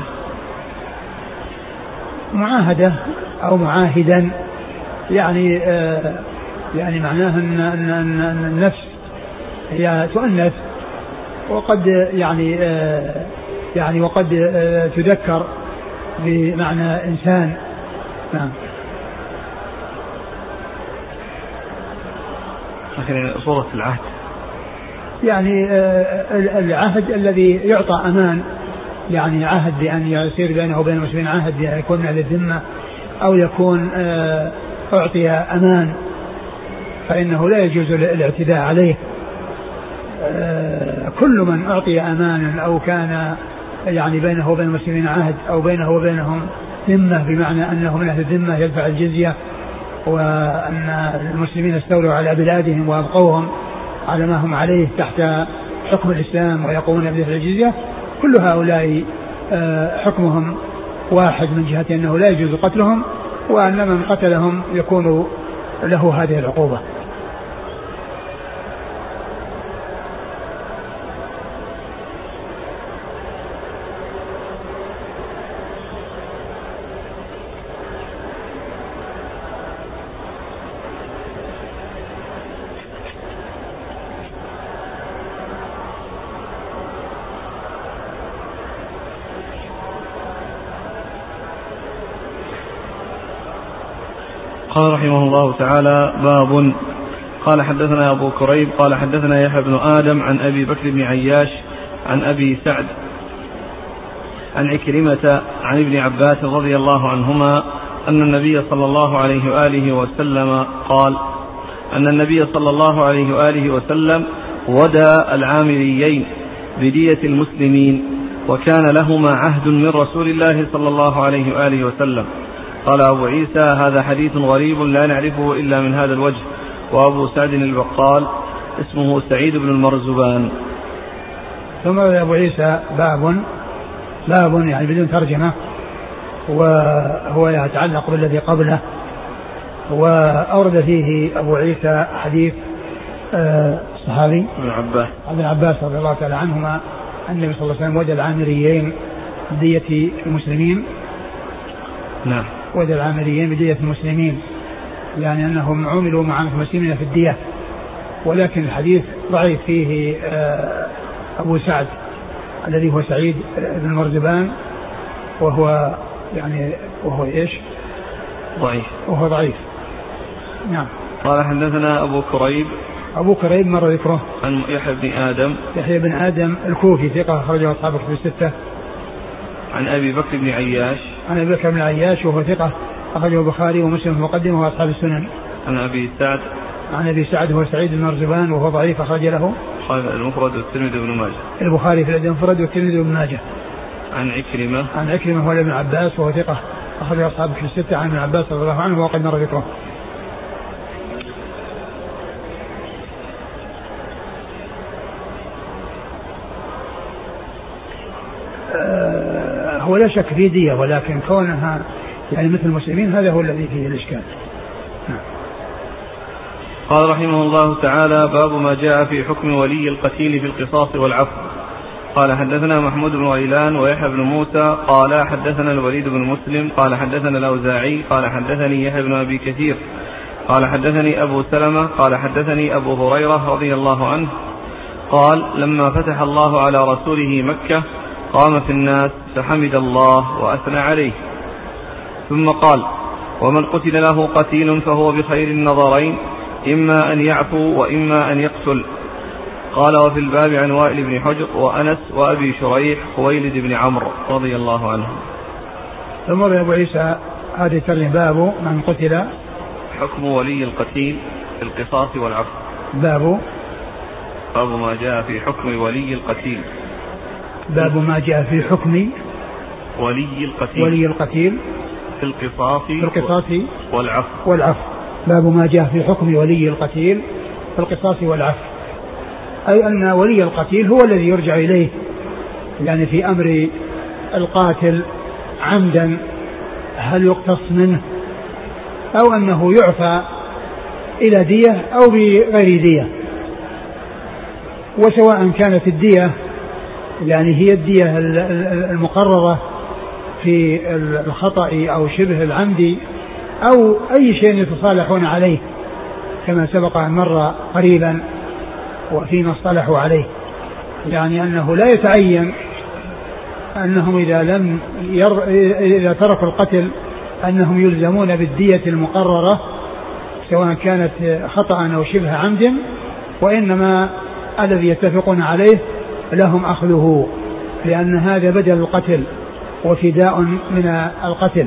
معاهدة أو معاهدا يعني آه يعني معناه أن, أن, أن النفس هي تؤنث وقد يعني يعني وقد تذكر بمعنى إنسان. نعم.
لكن صورة العهد
يعني العهد الذي يعطى أمان، يعني عهد بأن يصير بينه وبين المسلمين عهد يكون على الذمة أو يكون أعطي أمان فإنه لا يجوز الاعتداء عليه. كل من أعطي أمانا أو كان يعني بينه وبين المسلمين عهد أو بينه وبينهم ذمة بمعنى أنه من أهل الذمة يدفع الجزية، وأن المسلمين استولوا على بلادهم وأبقوهم على ما هم عليه تحت حكم الإسلام ويقومون بدفع الجزية، كل هؤلاء حكمهم واحد من جهة أنه لا يجوز قتلهم، وأن من قتلهم يكون له هذه العقوبة.
قال رحمه الله تعالى: باب. قال حدثنا أبو كريب قال حدثنا يحيى بن آدم عن أبي بكر بن عياش عن أبي سعد عن عكرمة عن ابن عباس رضي الله عنهما أن النبي صلى الله عليه وآله وسلم قال أن النبي صلى الله عليه وآله وسلم ودى العامريين بدية المسلمين وكان لهما عهد من رسول الله صلى الله عليه وآله وسلم. قال أبو عيسى: هذا حديث غريب لا نعرفه إلا من هذا الوجه. وأبو سعد البقال اسمه سعيد بن المرزبان.
ثم أبو عيسى باب باب يعني بدون ترجمة، وهو يتعلق بالذي قبله، وأورد فيه أبو عيسى حديث الصحابي
ابن عباس
ابن عباس رضي الله تعالى عنهما أن النبي صلى الله عليه وسلم ودى العامريين بدية المسلمين.
نعم.
ودى العامريين بدية المسلمين، يعني أنهم عملوا مع المسلمين في الدية، ولكن الحديث ضعيف فيه أبو سعد الذي هو سعيد بن المرزبان، وهو يعني وهو إيش
ضعيف
وهو ضعيف. نعم.
قال حدثنا أبو كريب
أبو كريب مر ذكره
عن يحيى بن آدم
يحيى بن آدم الكوفي ثقة أخرجه أصحاب الكتب الستة.
عن أبي بكر بن عياش
عن أبي بكر بن عياش وهو ثقة أخرجه البخاري ومسلم في المقدمة وأصحاب السنن.
عن أبي سعد
عن أبي سعد هو سعيد بن مرزبان وهو ضعيف أخرج له
المفرد والترمذي وابن ماجه.
البخاري في الأدب المفرد والترمذي وابن ماجه.
عن عكرمة
عن عكرمة هو ابن عباس وهو ثقة أخرج أصحاب الكتب الستة عن ابن عباس رضي الله عنه وقد مر ذكره. هو لا شك في دية، ولكن كونها يعني مثل المسلمين هذا هو الذي فيه الإشكال.
قال رحمه الله تعالى: باب ما جاء في حكم ولي القتيل في القصاص والعفو. قال حدثنا محمود بن غيلان ويحيى بن موسى قال حدثنا الوليد بن مسلم قال حدثنا الأوزاعي قال حدثني يحيى بن أبي كثير قال حدثني أبو سلمة قال حدثني أبو هريرة رضي الله عنه قال: لما فتح الله على رسوله مكة قام في الناس فحمد الله وأثنى عليه، ثم قال: ومن قتل له قتيل فهو بخير النظرين، إما أن يعفو وإما أن يقتل. قال: وفي الباب عن وائل بن حجر وأنس وأبي شريح خويلد بن عمرو رضي الله عنه.
ثم أبو عيسى هذه ترجمة باب من قتل
حكم ولي القتيل في القصاص والعفو.
باب
باب ما جاء في حكم ولي القتيل
باب ما جاء في حكم
ولي القتيل
ولي القتيل
في القصاص
في القصاص
والعفو
والعفو باب ما جاء في حكم ولي القتيل في القصاص والعفو، أي أن ولي القتيل هو الذي يرجع إليه يعني في أمر القاتل عمدا، هل يقتص منه أو أنه يعفى إلى دية أو بغير دية. وسواء كانت الدية يعني هي الدية المقررة في الخطأ أو شبه العمد أو أي شيء يتصالحون عليه كما سبق أن مر قريبا وفيما اصطلحوا عليه، يعني أنه لا يتعين أنهم إذا لم ير... إذا تركوا القتل أنهم يلزمون بالدية المقررة سواء كانت خطأ أو شبه عمد، وإنما الذي يتفقون عليه لهم أخذه، لأن هذا بدل القتل وفداء من القتل.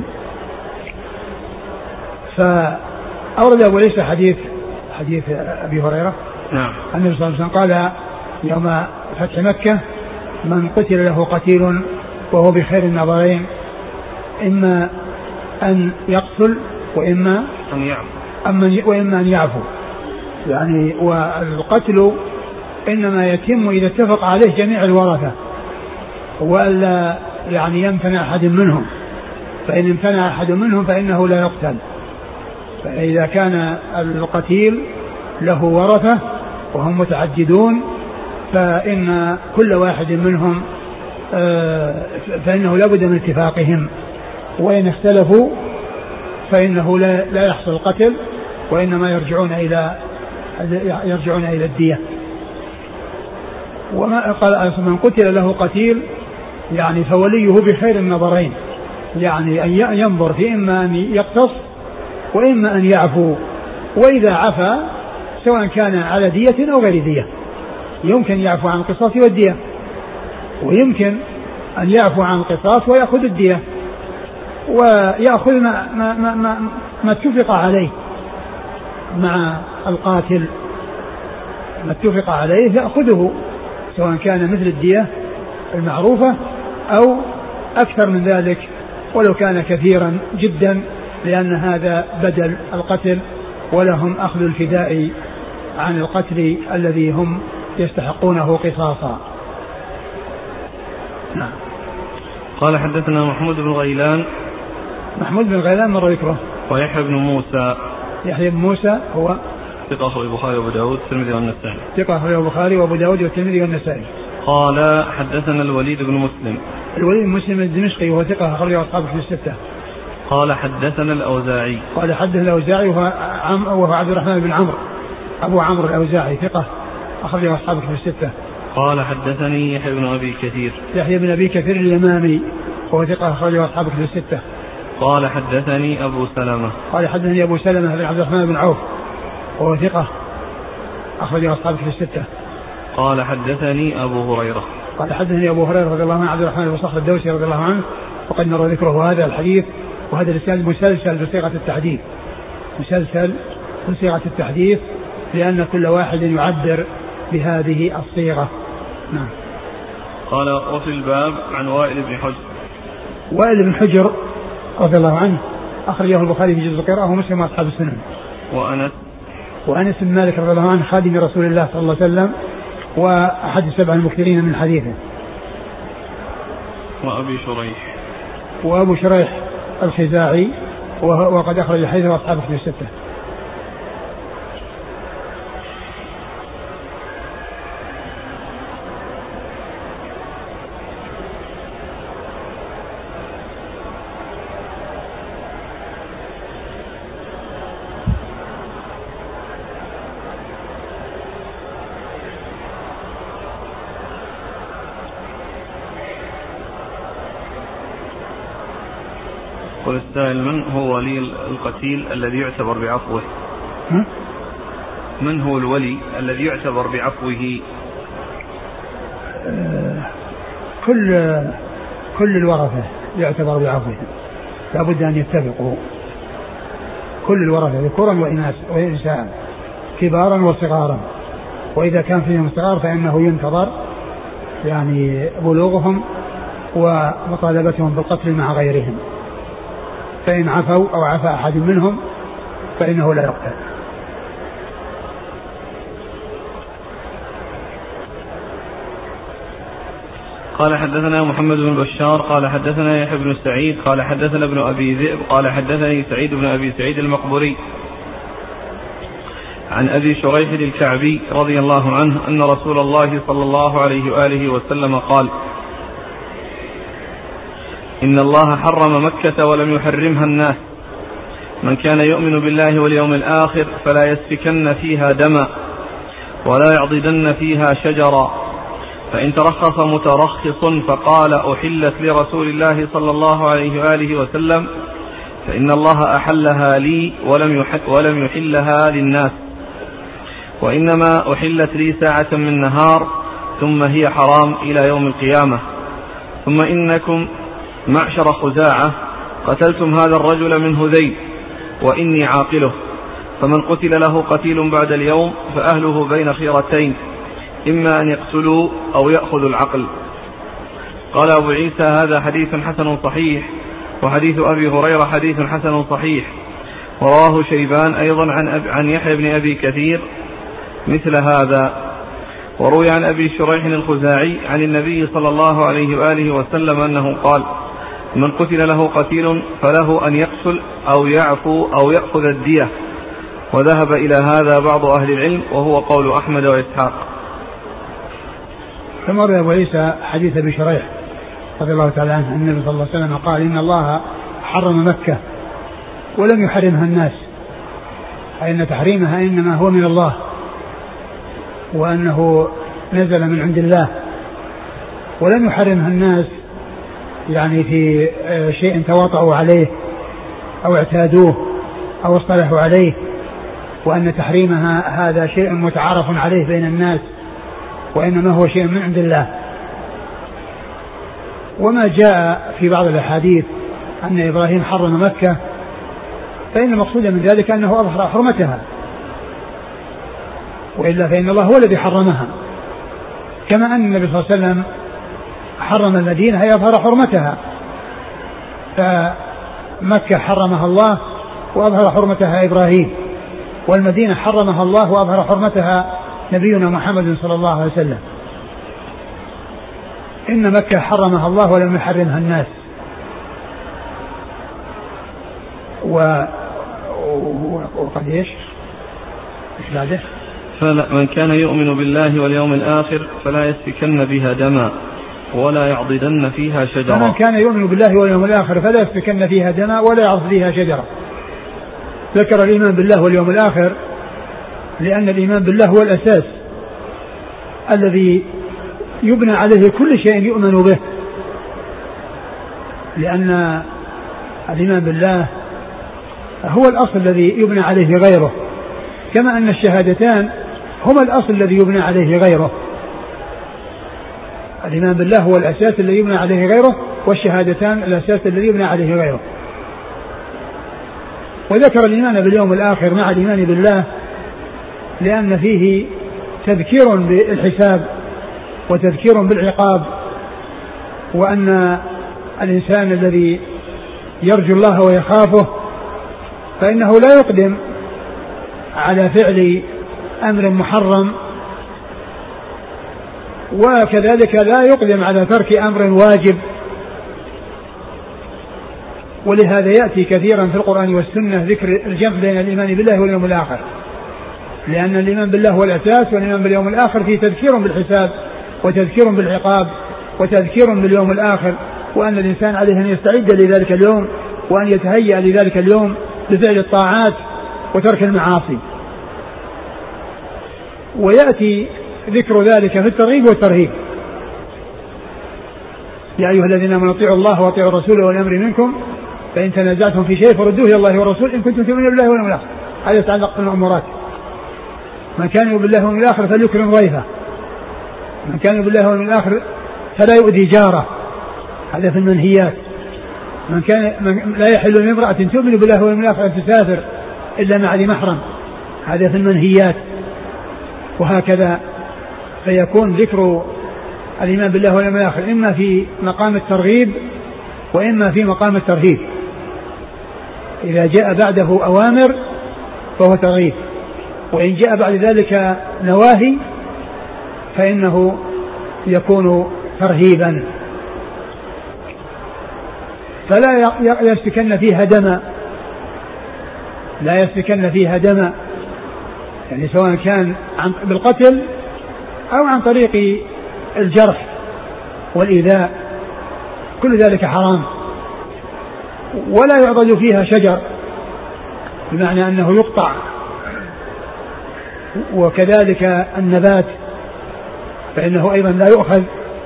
فأورد أبو عيسى حديث حديث أبي هريرة
نعم
النبي صلى الله عليه وسلم قال يوم فتح مكة: من قتل له قتيل وهو بخير النظرين إما أن يقتل وإما
أن يعفو
وإما أن يعفو. يعني والقتل إنما يتم إذا اتفق عليه جميع الورثة وألا يعني يمتنع أحد منهم، فإن امتنع أحد منهم فإنه لا يقتل. فإذا كان القتيل له ورثة وهم متعددون فإن كل واحد منهم فإنه لا بد من اتفاقهم، وإن اختلفوا فإنه لا, لا يحصل القتل وإنما يرجعون إلى يرجعون إلى الدية. وما قال من قتل له قتيل يعني فوليه بخير النظرين، يعني أن ينظر في إما أن يقتص وإما أن يعفو، وإذا عفا سواء كان على دية أو غير دية يمكن يعفو عن القصاص والدية، ويمكن أن يعفو عن القصاص ويأخذ الدية ويأخذ ما, ما, ما, ما, ما اتفق عليه مع القاتل، ما اتفق عليه يأخذه سواء كان مثل الدية المعروفة أو أكثر من ذلك ولو كان كثيرا جدا، لأن هذا بدل القتل ولهم أخذ الفداء عن القتل الذي هم يستحقونه قصاصا. نعم.
قال حدثنا محمود بن غيلان.
محمود بن غيلان مر ذكره.
ويحيى بن موسى.
يحيى بن موسى هو
ثقة أخرجه البخاري وأبو داود والترمذي والنسائي.
ثقة أخرجه البخاري وأبو داود والترمذي والنسائي.
قال حدثنا الوليد بن مسلم.
الوليد بن مسلم الدمشقي وهو ثقة أخرجه أصحابه في الستة.
قال حدثنا الأوزاعي.
قال حدثنا الأوزاعي وهو, عم وهو عبد الرحمن بن عمرو أبو عمرو الأوزاعي ثقة أخرجه أصحابه في الستة.
قال حدثني يحيى بن أبي كثير.
يحيى بن أبي كثير اليمامي وهو ثقة أخرجه أصحابه في الستة.
قال حدثني أبو سلمة.
قال حدثني أبو سلمة بن عبد الرحمن بن عوف وهو ثقة أخرجه أصحابه في الستة.
قال حدثني أبو هريرة.
قال حدثني أبو هريرة رضي الله عنه عبد الرحمن بن صخر الدوسي رضي الله عنه، وقد نرى ذكره هذا الحديث وهذا الإسناد مسلسل بصيغة التحديث، مسلسل بصيغة التحديث لأن كل واحد يعبر بهذه الصيغة. نعم.
قال وفي الباب عن وائل بن حجر.
وائل بن حجر رضي الله عنه أخرجه البخاري في جزء القراءة ومسلم وأصحاب السنن.
وأنس.
وأنس بن مالك رضي الله عنه خادم رسول الله صلى الله عليه وسلم وأحد السبع المكثرين من حديثه.
وأبي شريح.
وأبو شريح الخزاعي وقد أخرج حديثه أصحابه في الستة.
والسائل من هو ولي القتيل الذي يعتبر بعفوه؟ من هو الولي الذي يعتبر بعفوه؟
آه كل كل الورثة يعتبر بعفوه، لابد أن يتفقوا كل الورثة ذكورا وإناثا كبارا وصغارا، وإذا كان فيهم صغار فإنه ينتظر يعني بلوغهم ومطالبتهم بالقتل مع غيرهم، فإن عفوا أو عفى أحد منهم فإنه لا يقتل.
قال حدثنا محمد بن بشار قال حدثنا يحيى بن سعيد قال حدثنا ابن أبي ذئب قال حدثني سعيد بن أبي سعيد المقبري عن أبي شريح الكعبي رضي الله عنه أن رسول الله صلى الله عليه وآله وسلم قال: إن الله حرم مكة ولم يحرمها الناس، من كان يؤمن بالله واليوم الآخر فلا يسفكن فيها دما ولا يعضدن فيها شجرا فإن ترخص مترخص فقال أحلت لرسول الله صلى الله عليه وآله وسلم فإن الله أحلها لي ولم ولم يحلها للناس، وإنما أحلت لي ساعة من نهار ثم هي حرام إلى يوم القيامة. ثم إنكم معشر خزاعة قتلتم هذا الرجل من هذيل وإني عاقله، فمن قتل له قتيل بعد اليوم فأهله بين خيرتين، إما أن يقتلوا أو يأخذوا العقل. قال أبو عيسى هذا حديث حسن صحيح، وحديث أبي هريرة حديث حسن صحيح. ورواه شيبان أيضا عن, أب عن يحيى بن أبي كثير مثل هذا. وروي عن أبي شريح الخزاعي عن النبي صلى الله عليه وآله وسلم أنه قال من قتل له قتيل فله أن يقتل أو يعفو أو يأخذ الدية. وذهب إلى هذا بعض أهل العلم وهو قول أحمد وإسحاق.
ثم روى أبو عيسى حديث أبي شريح رضي الله تعالى عنه أن النبي صلى الله عليه وسلم قال إن الله حرم مكة ولم يحرمها الناس، أي أن تحريمها إنما هو من الله، وأنه نزل من عند الله، ولم يحرمها الناس يعني في شيء تواطؤوا عليه أو اعتادوه أو اصطلحوا عليه، وأن تحريمها هذا شيء متعارف عليه بين الناس، وإنما هو شيء من عند الله. وما جاء في بعض الأحاديث أن إبراهيم حرم مكة فإن المقصود من ذلك أنه أظهر حرمتها، وإلا فإن الله هو الذي حرمها، كما أن النبي صلى الله عليه وسلم حرم المدينة يظهر حرمتها، فمكة حرمها الله وأظهر حرمتها إبراهيم، والمدينة حرمها الله وأظهر حرمتها نبينا محمد صلى الله عليه وسلم. إن مكة حرمها الله ولم يحرمها الناس. و... وقد إيش إيش بعده؟
فمن كان يؤمن بالله واليوم الآخر فلا يسفكن بها دما ولا يعضدن فيها شجرة.
فمن كان يؤمن بالله واليوم الآخر فلا يسفكن فيها دما ولا يعضد فيها شجرة. ذكر الإيمان بالله واليوم الآخر لأن الإيمان بالله هو الأساس الذي يبنى عليه كل شيء يؤمن به، لأن الإيمان بالله هو الأصل الذي يبنى عليه غيره، كما أن الشهادتان هما الأصل الذي يبنى عليه غيره. الإيمان بالله هو الأساس الذي يبنى عليه غيره، والشهادتان الأساس الذي يبنى عليه غيره. وذكر الإيمان باليوم الآخر مع الإيمان بالله لأن فيه تذكير بالحساب وتذكير بالعقاب، وأن الإنسان الذي يرجو الله ويخافه فإنه لا يقدم على فعل أمر محرم، وكذلك لا يقدم على ترك أمر واجب. ولهذا يأتي كثيرا في القرآن والسنة ذكر الجمع بين الإيمان بالله واليوم الآخر، لأن الإيمان بالله هو الأساس، والإيمان باليوم الآخر فيه تذكير بالحساب وتذكير بالعقاب وتذكير باليوم الآخر، وأن الإنسان عليه أن يستعد لذلك اليوم وأن يتهيأ لذلك اليوم بفعل الطاعات وترك المعاصي. ويأتي ذكر ذلك في الترغيب والترهيب: يا أيها الذين آمنوا اطيعوا الله واطيعوا الرسول وأولي الأمر منكم فإن تنازعتم في شيء فردوه إلى الله والرسول إن كنتم تؤمنون بالله واليوم الآخر. هذا يتعلق بالمأمورات: من كان يؤمن بالله واليوم الآخر فليكرم ضيفه، من كان يؤمن بالله واليوم الآخر فلا يؤذي جاره، هذا في المنهيات. من كان من لا يحل لامرأة تؤمن بالله واليوم الآخر أن تسافر إلا مع ذي محرم، هذا في المنهيات. وهكذا فيكون ذكر الإيمان بالله واليوم الآخر إما في مقام الترغيب وإما في مقام الترهيب. إذا جاء بعده أوامر فهو ترغيب، وإن جاء بعد ذلك نواهي فإنه يكون ترهيبا. فلا يسفكن فيها دما، لا يسفكن فيها دما، يعني سواء كان بالقتل أو عن طريق الجرح والإيذاء، كل ذلك حرام. ولا يعضد فيها شجر، بمعنى أنه يقطع، وكذلك النبات فإنه أيضا لا يؤخذ.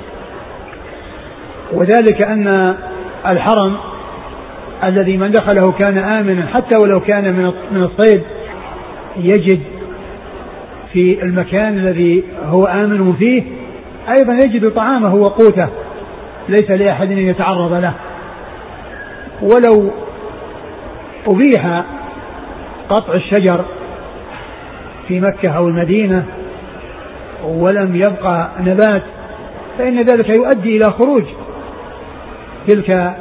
وذلك أن الحرم الذي من دخله كان آمنا حتى ولو كان من الصيد يجد في المكان الذي هو آمن فيه أيضا يجد طعامه وقوته، ليس لأحد أن يتعرض له. ولو أبيح قطع الشجر في مكة أو المدينة ولم يبقى نبات فإن ذلك يؤدي إلى خروج تلك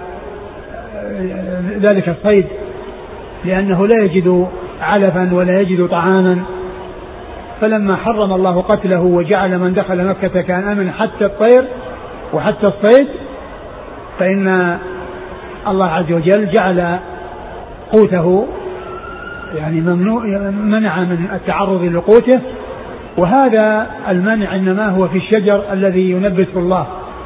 ذلك الصيد، لأنه لا يجد علفا ولا يجد طعاما. فلما حرم الله قتله وجعل من دخل مكة كان آمن حتى الطير وحتى الصيد، فإن الله عز وجل جعل قوته يعني ممنوع، منع من التعرض لقوته. وهذا المنع إنما هو في الشجر الذي ينبته الله.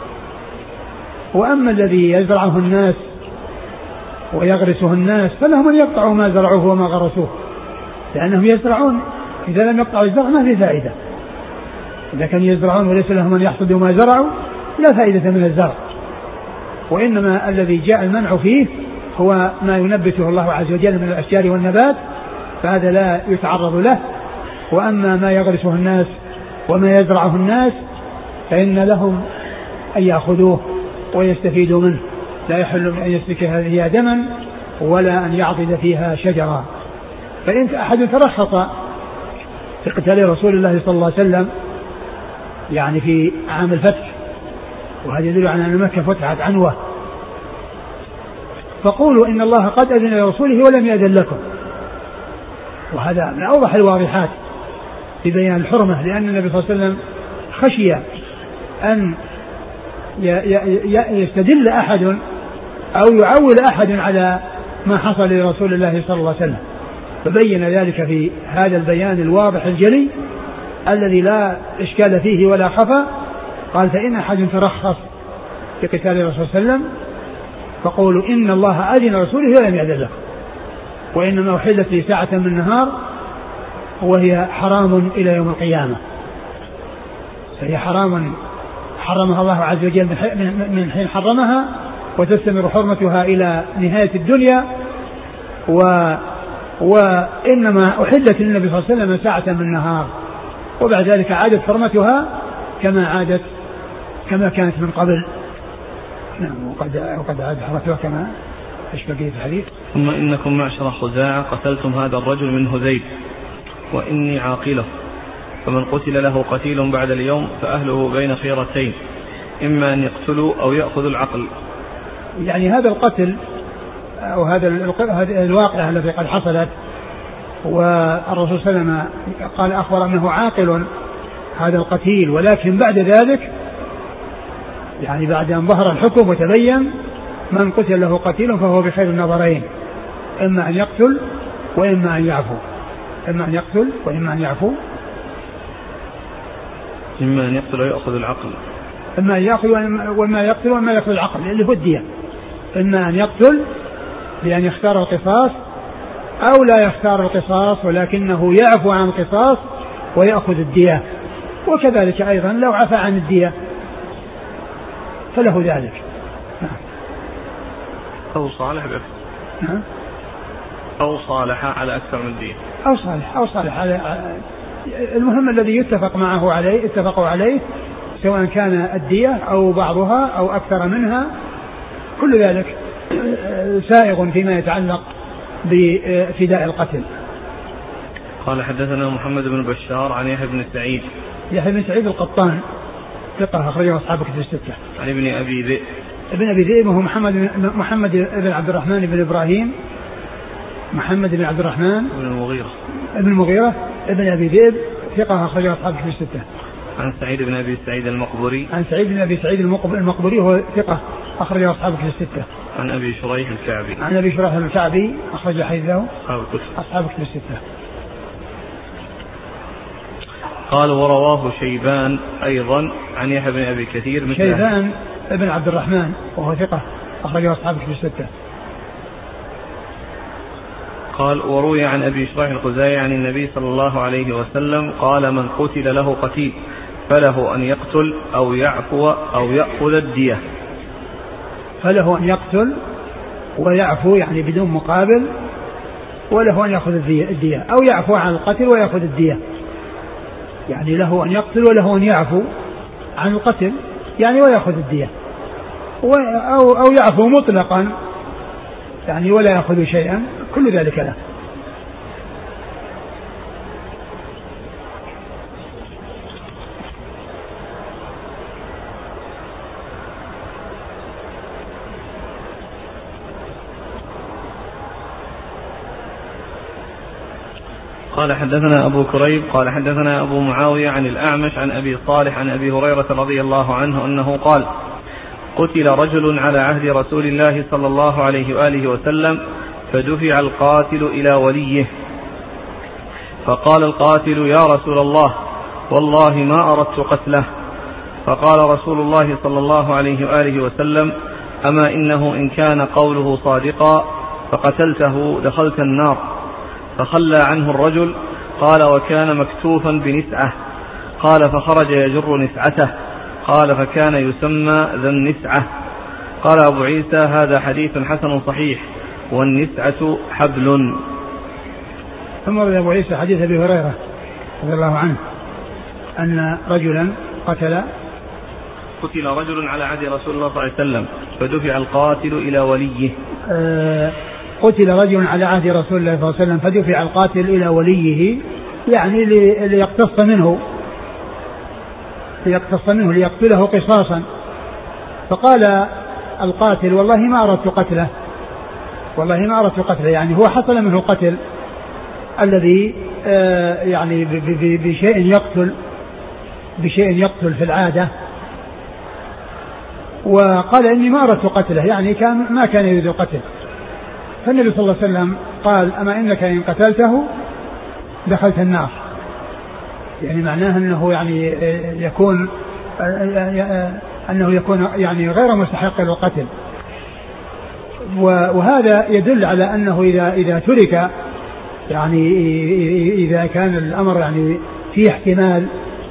وأما الذي يزرعه الناس ويغرسه الناس فلهم أن يقطعوا ما زرعوه وما غرسوه، لأنهم يزرعون، إذا لم يقطعوا الزرع ما في فائدة. إذا كانوا يزرعون وليس لهم أن يحصدوا ما زرعوا لا فائدة من الزرع. وإنما الذي جاء المنع فيه هو ما ينبته الله عز وجل من الأشجار والنبات، فهذا لا يتعرض له. وأما ما يغرسه الناس وما يزرعه الناس فإن لهم أن يأخذوه ويستفيدوا منه، لا يحل أن يسفك هذه دما ولا أن يعضد فيها شجرا. فإن أحد ترخص في قتال رسول الله صلى الله عليه وسلم يعني في عام الفتح، وهذا يدل على أن مكة فتحت عنوة، فقولوا إن الله قد أذن لرسوله ولم يأذن لكم، وهذا من أوضح الواضحات في بيان الحرمة. لأن النبي صلى الله عليه وسلم خشي أن يستدل أحد أو يعول أحد على ما حصل لرسول الله صلى الله عليه وسلم، فبين ذلك في هذا البيان الواضح الجلي الذي لا إشكال فيه ولا خفى. قال فإن أحد ترخص في قتال الرسول صلى الله عليه وسلم فقولوا إن الله أذن رسوله ولم يأذن له، وإنما أحلت لي ساعة من النهار وهي حرام إلى يوم القيامة، فهي حرام حرمها الله عز وجل من حين حرمها وتستمر حرمتها إلى نهاية الدنيا. و وإنما أحلت للنبي صلى الله عليه وسلم ساعة من النهار، وبعد ذلك عادت حرمتها كما عادت كما كانت من قبل. نعم. وقد وقد عاد حرمتها كما أشبه في الحديث.
ثم إنكم معشر خزاعة قتلتم هذا الرجل من هذيل وإني عاقله، فمن قتل له قتيل بعد اليوم فأهله بين خيرتين، إما أن يقتلوا أو يأخذوا العقل.
يعني هذا القتل أو هذا الواقع الذي قد حصلت، والرسول صلى الله عليه وسلم قال أخبر أنه عاقل هذا القتيل، ولكن بعد ذلك يعني بعد أن ظهر الحكم وتبين من قتل له قتيل فهو بخير النظرين، إما أن يقتل وإما أن يعفو، إما أن يقتل وإما أن يعفو،
إما أن يقتل ويأخذ العقل،
إما أن يأخذ وإما يقتل وإما يأخذ العقل اللي هو الدية. إما أن يقتل بأن يختار القصاص أو لا يختار القصاص ولكنه يعفو عن القصاص ويأخذ الدية، وكذلك أيضا لو عفى عن الدية فله ذلك.
أو صالح بأكثر أو صالح على أكثر من الدية
أو صالح أو صالح على المهم الذي يتفق معه عليه اتفقوا عليه، سواء كان الدية أو بعضها أو أكثر منها، كل ذلك سائغ فيما يتعلق بفداء القتل.
قال حدثنا محمد بن بشار عن يحيى بن سعيد
يحيى بن سعيد القطان ثقة أخرجه أصحاب كتب الستة.
عن ابن أبي ذئب
ابن أبي ذئب وهو محمد محمد بن عبد الرحمن بن إبراهيم محمد بن عبد الرحمن
بن المغيرة
ابن المغيرة ابن أبي ذئب ثقة أخرجه أصحاب كتب الستة.
عن سعيد بن أبي سعيد المقبري
عن سعيد بن أبي سعيد المقبري وهو ثقة أخرجه أصحاب كتب الستة.
عن أبي شريح الكعبي
عن أبي شريح الكعبي أخرج حديثه
أصحاب الكتب
أصحاب كتب الستة.
قال ورواه شيبان أيضا عن يحيى بن أبي كثير مثل
شيبان ابن عبد الرحمن وهو ثقة أخرجه أصحاب كتب الستة.
قال وروي عن أبي شريح الخزاعي عن النبي صلى الله عليه وسلم قال من قتل له قتيل فله أن يقتل أو يعفو أو يأخذ الدية.
فله أن يقتل ويعفو يعني بدون مقابل، وله أن يأخذ الدية، أو يعفو عن القتل ويأخذ الدية. يعني له أن يقتل وله أن يعفو عن القتل يعني ويأخذ الدية، أو, أو يعفو مطلقا يعني ولا يأخذ شيئا، كل ذلك له.
قال حدثنا أبو كريب قال حدثنا أبو معاوية عن الأعمش عن أبي صالح عن أبي هريرة رضي الله عنه أنه قال: قتل رجل على عهد رسول الله صلى الله عليه وآله وسلم فدفع القاتل إلى وليه، فقال القاتل: يا رسول الله والله ما أردت قتله. فقال رسول الله صلى الله عليه وآله وسلم: أما إنه إن كان قوله صادقا فقتلته دخلت النار. فخلى عنه الرجل. قال: وكان مكتوفا بنسعة. قال: فخرج يجر نسعته. قال: فكان يسمى ذا النسعة. قال أبو عيسى: هذا حديث حسن صحيح، والنسعة حبل.
ثم روى أبو عيسى حديث أبي هريرة رضي الله عنه أن رجلا قتل
قتل رجل على عهد رسول الله صلى الله عليه وسلم فدفع القاتل إلى وليه.
أه قتل رجل على عهد رسول الله صلى الله عليه وسلم فدفع القاتل إلى وليه، يعني ليقتص منه ليقتص منه ليقتله قصاصا. فقال القاتل: والله ما أردت قتله، والله ما أردت قتله، يعني هو حصل منه القتل الذي آه يعني بشيء يقتل بشيء يقتل في العادة، وقال: إني ما أردت قتله، يعني كان ما كان يريد القتل. فالنبي صلى الله عليه وسلم قال: أما إنك إن قتلته دخلت النار، يعني معناه أنه يعني يكون أنه يكون يعني غير مستحق للقتل. وهذا يدل على أنه إذا إذا ترك، يعني إذا كان الأمر يعني فيه احتمال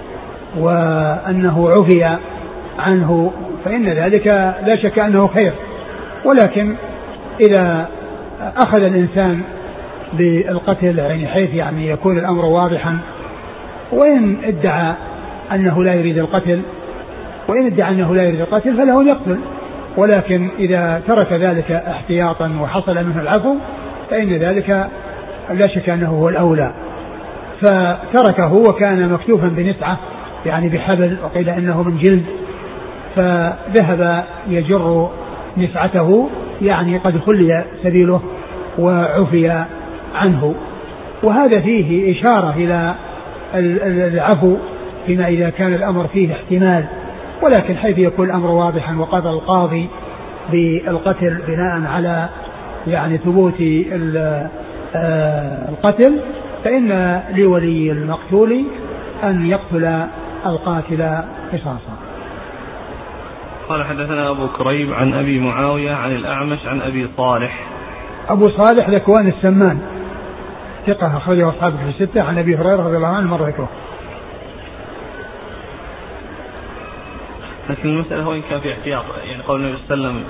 وأنه عفي عنه فإن ذلك لا شك أنه خير. ولكن إذا أخذ الإنسان بالقتل يعني حيث يعني يكون الأمر واضحا، وإن ادعى أنه لا يريد القتل وإن ادعى أنه لا يريد القتل فله أن يقتل، ولكن إذا ترك ذلك احتياطا وحصل منه العفو فإن ذلك لا شك أنه هو الأولى. فتركه وكان مكتوفا بنسعة يعني بحبل، وقيل إنه من جلد، فذهب يجر نسعته يعني قد خلي سبيله وعفي عنه. وهذا فيه إشارة إلى العفو فيما إذا كان الأمر فيه احتمال، ولكن حيث يكون الأمر واضحا وقضى القاضي بالقتل بناء على يعني ثبوت القتل فإن لولي المقتول أن يقتل القاتل قصاصا.
قال حدثنا أبو كريب عن أبي معاوية عن الأعمش عن أبي صالح.
أبو صالح ذكوان السمان ثقة أخرجه أصحابه في الستة عن أبي هريرة رضي الله عنه مرة ذكره.
لكن المسألة هو إن كان في احتياط، يعني قول النبي صلى الله عليه وسلم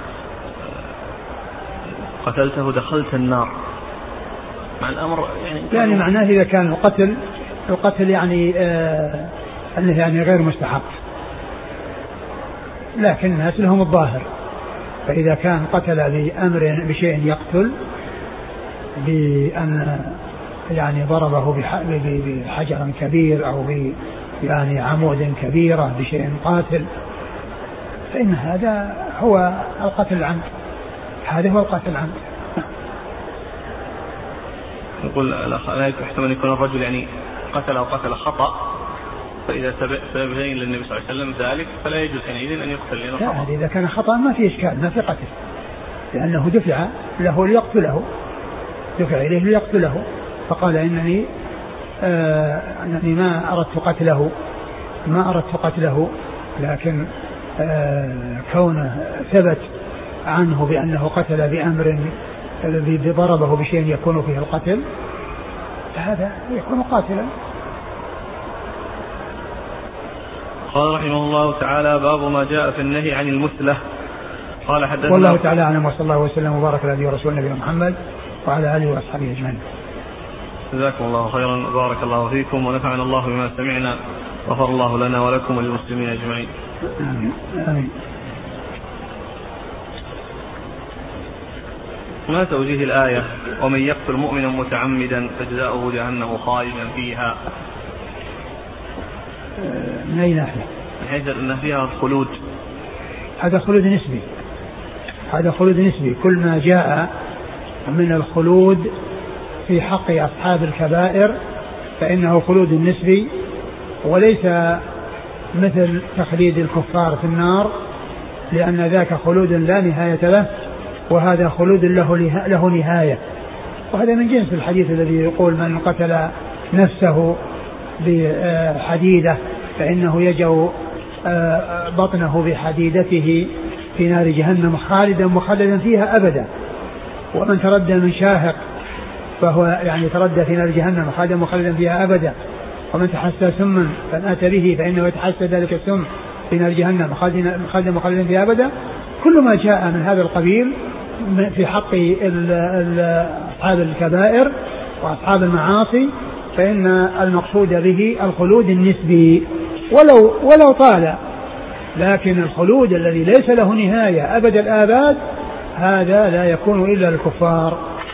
قتلته دخلت النار، مع الأمر يعني
يعني معناه إذا كان القتل القتل يعني آه أنه يعني غير مستحق، لكن الناس لهم الظاهر. فإذا كان قتل بأمر بشيء يقتل بأن يعني ضربه بحجر كبير أو ب يعني عمود كبيرة بشيء قاتل فإن هذا هو القتل العمد، هذا هو القتل العمد.
يقول لا يحتمل أن يكون الرجل يعني قتل أو قتل خطأ، فإذا سببين للنبي صلى الله عليه وسلم ذلك فلا يجوز حينئذ أن يقتل لأنه خطأ.
إذا كان خطأ ما في إشكال، ما في قتل، لأنه دفع له ليقتله، دفع إليه ليقتله، فقال إنني آه أنني ما أردت قتله ما أردت قتله لكن آه كونه ثبت عنه بأنه قتل بأمر ضربه بشيء يكون فيه القتل فهذا يكون قاتلا.
قال رحمه الله تعالى: باب ما جاء في النهي عن المثلة. قال حدثنا
والله تعالى أعلم، وصلى الله وسلم وبارك على نبينا ورسولنا نبينا محمد وعلى آله وأصحابه أجمعين.
جزاكم الله خيرا، بارك الله فيكم، ونفعنا الله بما سمعنا، غفر الله لنا ولكم وللمسلمين أجمعين.
آمين. آمين.
ما توجيه الآية: ومن يقتل مؤمنا متعمدا فجزاؤه جهنم خالدا فيها؟
من أي ناحية؟
من حيث أن فيها الخلود.
هذا خلود نسبي، هذا خلود نسبي. كل ما جاء من الخلود في حق أصحاب الكبائر فإنه خلود نسبي، وليس مثل تخليد الكفار في النار، لأن ذاك خلود لا نهاية له، وهذا خلود له له نهاية. وهذا من جنس الحديث الذي يقول: من قتل نفسه بحديدة فإنه يجأ بطنه بحديدته في نار جهنم خالدا مخلدا فيها أبدا. ومن تردى من شاهق فهو يعني تردى في نار جهنم خالدا مخلدا فيها أبدا. ومن تحسى سما فأتى به فإنه يتحسى ذلك السم في نار جهنم خالدا مخلدا فيها أبدا. كل ما جاء من هذا القبيل في حق أصحاب الكبائر وأصحاب المعاصي فإن المقصود به الخلود النسبي ولو ولو طال، لكن الخلود الذي ليس له نهاية أبد الآباد هذا لا يكون إلا للكفار.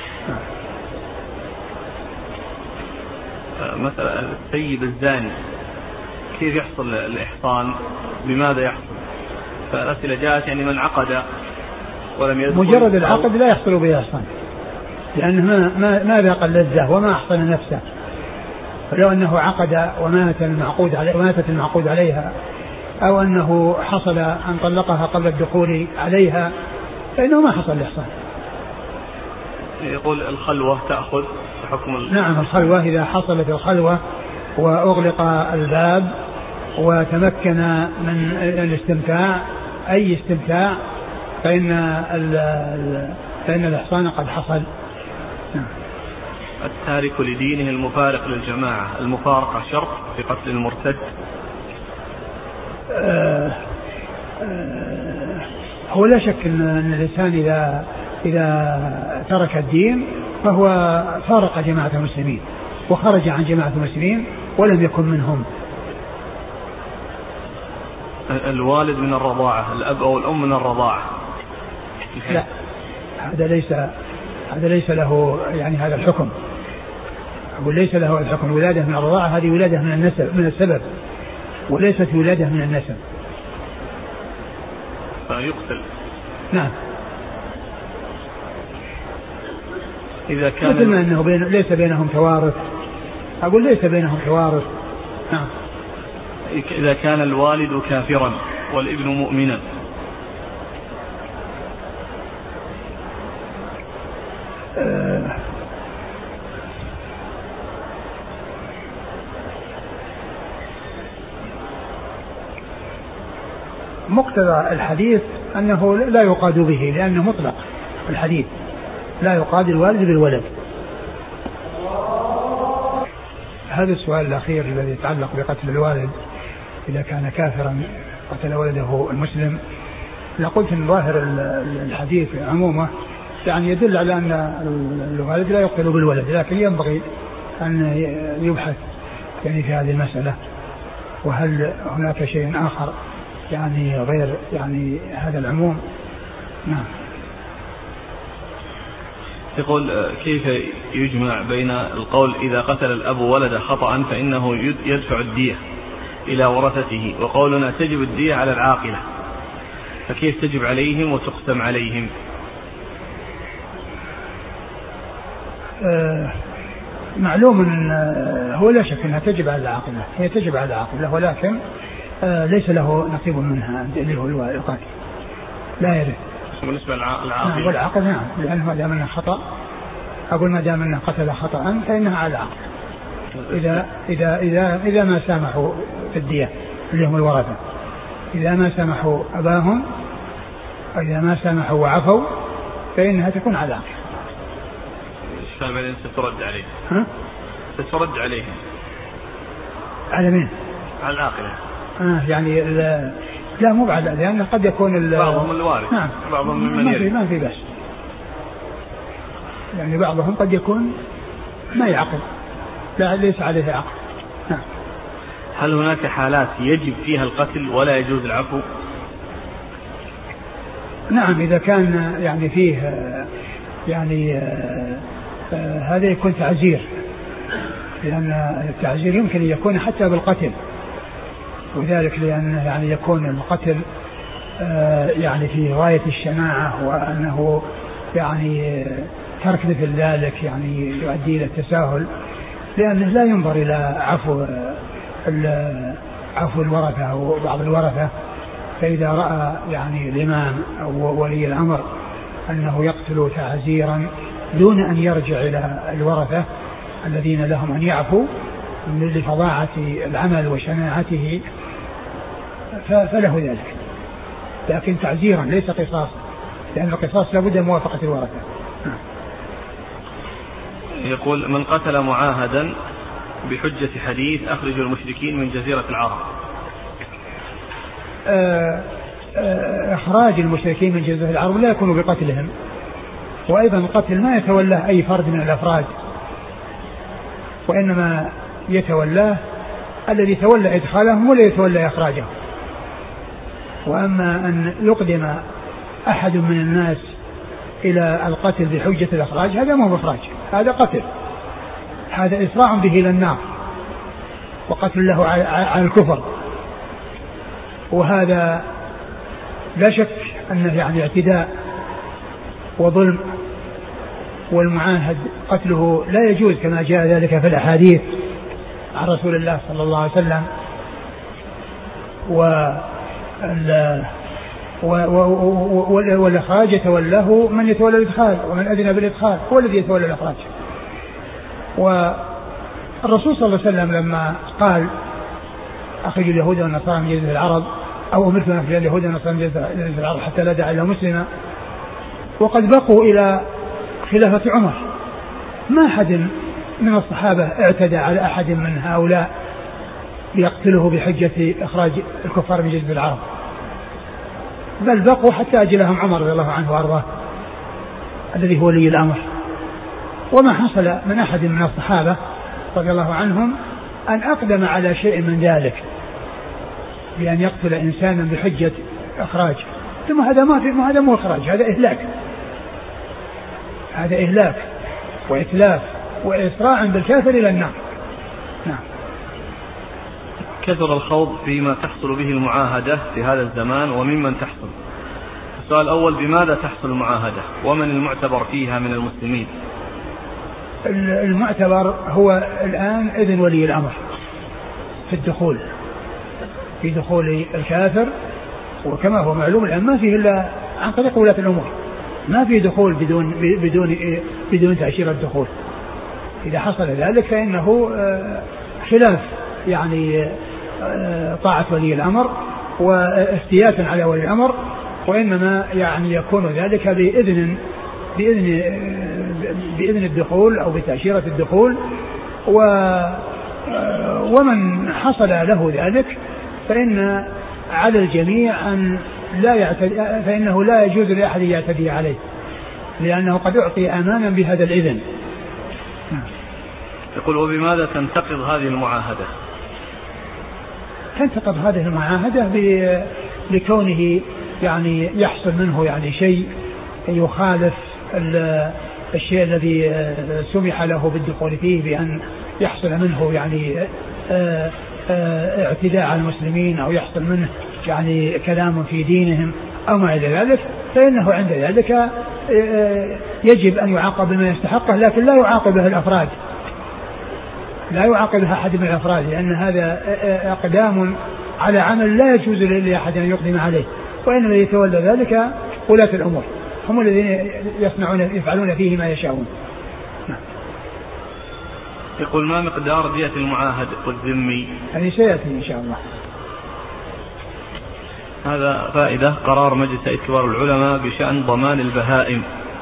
مثلا السيب الزاني كيف يحصل الإحصان؟ بماذا يحصل؟ فالأسئلة جاءت يعني من عقد ولم يدخل،
مجرد العقد لا يحصل به إحصان، لأنه ما ما ما ذاق اللذة وما أحصن نفسه. فلو أنه عقد ومات المعقود عليه وماتت المعقود عليها، أو أنه حصل أن طلقها قبل الدخول عليها، فإنه ما حصل الإحصان.
يقول الخلوة تأخذ حكم ال...
نعم، الخلوة إذا حصلت الخلوة وأغلق الباب وتمكن من الاستمتاع أي استمتاع فإن ال... فإن الإحصان قد حصل.
التارك لدينه المفارق للجماعة، المفارقة شرط في قتل المرتد؟
آه آه هو لا شك أن الإنسان إذا إذا ترك الدين فهو فارق جماعة المسلمين وخرج عن جماعة المسلمين ولم يكن منهم.
الوالد من الرضاعة، الأب أو الأم من الرضاعة؟
لا، هذا ليس هذا ليس له يعني هذا الحكم. أقول ليس له الحكم. الولادة من الرضاعة هذه ولادة من النسب من السبب، وليست ولادة من النسب.
فيقتل.
نعم.
إذا كان
مثل ما أنه بين ليس بينهم توارث، أقول ليس بينهم توارث. نعم.
إذا كان الوالد كافرا والابن مؤمنا؟
أه مقتضى الحديث أنه لا يقاد به، لأنه مطلق الحديث لا يقاد الوالد بالولد. هذا السؤال الأخير الذي يتعلق بقتل الوالد إذا كان كافرا قتل ولده المسلم، لقلت أن ظاهر الحديث عمومه يعني يدل على أن الوالد لا يقتل بالولد، لكن ينبغي أن يبحث يعني في هذه المسألة، وهل هناك شيء آخر يعني غير يعني هذا العموم. نعم.
يقول: كيف يجمع بين القول إذا قتل الأب ولد خطأ فإنه يدفع الدية إلى ورثته، وقولنا تجب الدية على العاقلة، فكيف تجب عليهم وتقسم عليهم؟
آه معلوم أن هو لا شك أنها تجب على العاقلة، هي تجب على العاقلة، ولكن آه ليس له نصيب منها اللي هو القاتل، لا يرث.
بالنسبة للعاقل؟
نعم، والعاقل نعم، لأنه ما دام أنه خطأ، أقول ما دام أنه قتل خطأ فإنها على العاقل. إذا إذا إذا إذا ما سامحوا في الدية اللي هم الورثة، إذا ما سامحوا أباهم، إذا ما سامحوا وعفوا فإنها تكون على العاقل.
فبعدين سترد عليه.
ها؟
سترد عليه.
على مين؟
على العاقلة.
آه يعني لا مو بعد لأن قد يكون
بعضهم الوارث
نعم
بعضهم من
ما في ما في بس يعني بعضهم قد يكون ما يعقل لا ليس عليه عقل. نعم.
هل هناك حالات يجب فيها القتل ولا يجوز العفو؟
نعم إذا كان يعني فيه يعني هذا يكون تعزير لأن التعزير يمكن أن يكون حتى بالقتل وذلك لأن يعني يكون القتل يعني في غاية الشناعة وأنه يعني ترك مثل ذلك يعني يؤدي إلى التساهل لأنه لا ينظر إلى عفو عفو الورثة أو بعض الورثة. فإذا رأى يعني الإمام أو ولي الأمر أنه يقتل تعزيرا دون أن يرجع إلى الورثة الذين لهم أن يعفوا لفظاعة العمل وشناعته فله ذلك لكن تعزيرا ليس قصاص لأن القصاص لابد من موافقة الورثة.
يقول من قتل معاهدا بحجة حديث أخرج المشركين من جزيرة العرب.
إخراج المشركين من جزيرة العرب لا يكون بقتلهم وأيضا القتل ما يتولاه أي فرد من الأفراد وإنما يتولاه الذي تولى إدخالهم ولا يتولى إخراجهم. وأما أن يقدم أحد من الناس إلى القتل بحجة الإخراج هذا ما هو إخراج هذا قتل هذا إسراع به إلى النار وقتل له على الكفر وهذا لا شك أنه يعني اعتداء وظلم والمعاهد قتله لا يجوز كما جاء ذلك في الأحاديث عن رسول الله صلى الله عليه وسلم. والإخراج يتولاه من يتولى الإدخال ومن أذن بالإدخال هو الذي يتولى الإخراج. والرسول صلى الله عليه وسلم لما قال أخرج اليهود والنصارى من جزيرة العرب أو أمرت أن أخرج اليهود والنصارى من جزيرة العرب حتى لا داعي إلا مسلما وقد بقوا إلى خلافة عمر ما أحد من الصحابة اعتدى على أحد من هؤلاء ليقتله بحجة إخراج الكفار من جزيرة العرب بل بقوا حتى أجلهم عمر رضي الله عنه وأرضاه الذي هو ولي الأمر. وما حصل من أحد من الصحابة رضي الله عنهم أن أقدم على شيء من ذلك بأن يقتل إنسانا بحجة إخراج ثم هذا ما في هذا مو إخراج هذا إهلاك هذا إهلاك وإتلاف وإسراع بالكافر إلى النار. نعم.
كثر الخوض فيما تحصل به المعاهدة في هذا الزمان وممن تحصل. السؤال الأول بماذا تحصل المعاهدة ومن المعتبر فيها من المسلمين؟
المعتبر هو الآن إذن ولي الأمر في الدخول في دخول الكافر وكما هو معلوم الآن ما فيه إلا عن طريق ولاة الأمور ما فيه دخول بدون بدون بدون تأشيرة الدخول. إذا حصل ذلك فإنه خلاف يعني طاعة ولي الأمر وافتيات على ولي الأمر وإنما يعني يكون ذلك بإذن بإذن بإذن الدخول أو بتأشيرة الدخول و ومن حصل له ذلك فإن على الجميع أن لا يعتدي فإنه لا يجوز لأحد يعتدي عليه لأنه قد أعطي أمانا بهذا الإذن.
يقول وبماذا تنتقض هذه المعاهدة؟
تنتقض هذه المعاهدة لكونه يعني يحصل منه يعني شيء يخالف الشيء الذي سمح له بالدخول فيه بأن يحصل منه يعني اعتداء على المسلمين أو يحصل منه يعني كلام في دينهم أو ما إلى ذلك فإنه عند ذلك يجب أن يعاقب بما يستحقه لكن لا يعاقبه الأفراد لا يعاقبها أحد من الأفراد لأن هذا أقدام على عمل لا يجوز لأحد أن يقدم عليه وإنما يتولى ذلك ولاة الأمور هم الذين يصنعون يفعلون فيه ما يشاءون.
يقول ما مقدار دية المعاهد والذمي؟
يعني سيأتي إن شاء الله.
هذا فائدة قرار مجلس كبار العلماء بشأن ضمان البهائم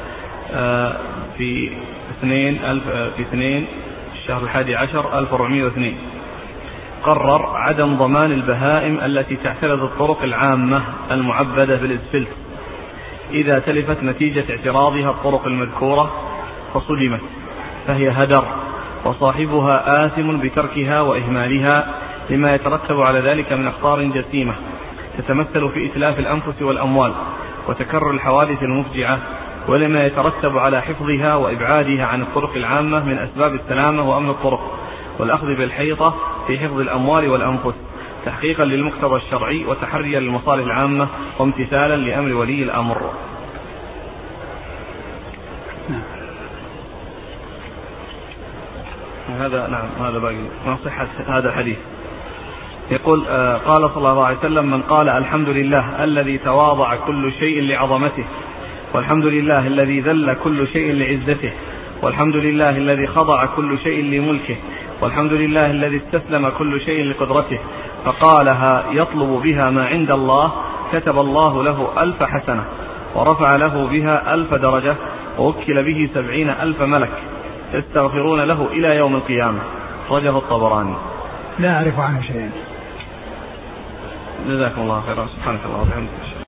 في اثنين ألف في اثنين الشهر الحادي عشر ألف وأربعمائة واثنين المقرر عدم ضمان البهائم التي تعترض الطرق العامة المعبدة بالإسفلت إذا تلفت نتيجة اعتراضها الطرق المذكورة فصدمت فهي هدر، وصاحبها آثم بتركها وإهمالها لما يترتب على ذلك من أخطار جسيمة تتمثل في إتلاف الأنفس والأموال وتكرر الحوادث المفجعة، ولما يترتب على حفظها وإبعادها عن الطرق العامة من أسباب السلامة وأمن الطرق، والأخذ بالحيطة في حفظ الأموال والأنفس تحقيقا للمقتضى الشرعي وتحريا للمصالح العامة وامتثالا لأمر ولي الأمر. هذا نعم هذا باقي ما صحة هذا الحديث. يقول آه قال صلى الله عليه وسلم: من قال الحمد لله الذي تواضع كل شيء لعظمته، والحمد لله الذي ذل كل شيء لعزته، والحمد لله الذي خضع كل شيء لملكه، والحمد لله الذي استسلم كل شيء لقدرته، فقالها يطلب بها ما عند الله، كتب الله له ألف حسنة ورفع له بها ألف درجة ووكل به سبعين ألف ملك يستغفرون له إلى يوم القيامة. رجه الطبراني.
لا أعرف عنه شيئا.
جزاكم الله خيرا. سبحانك اللهم وبحمدك.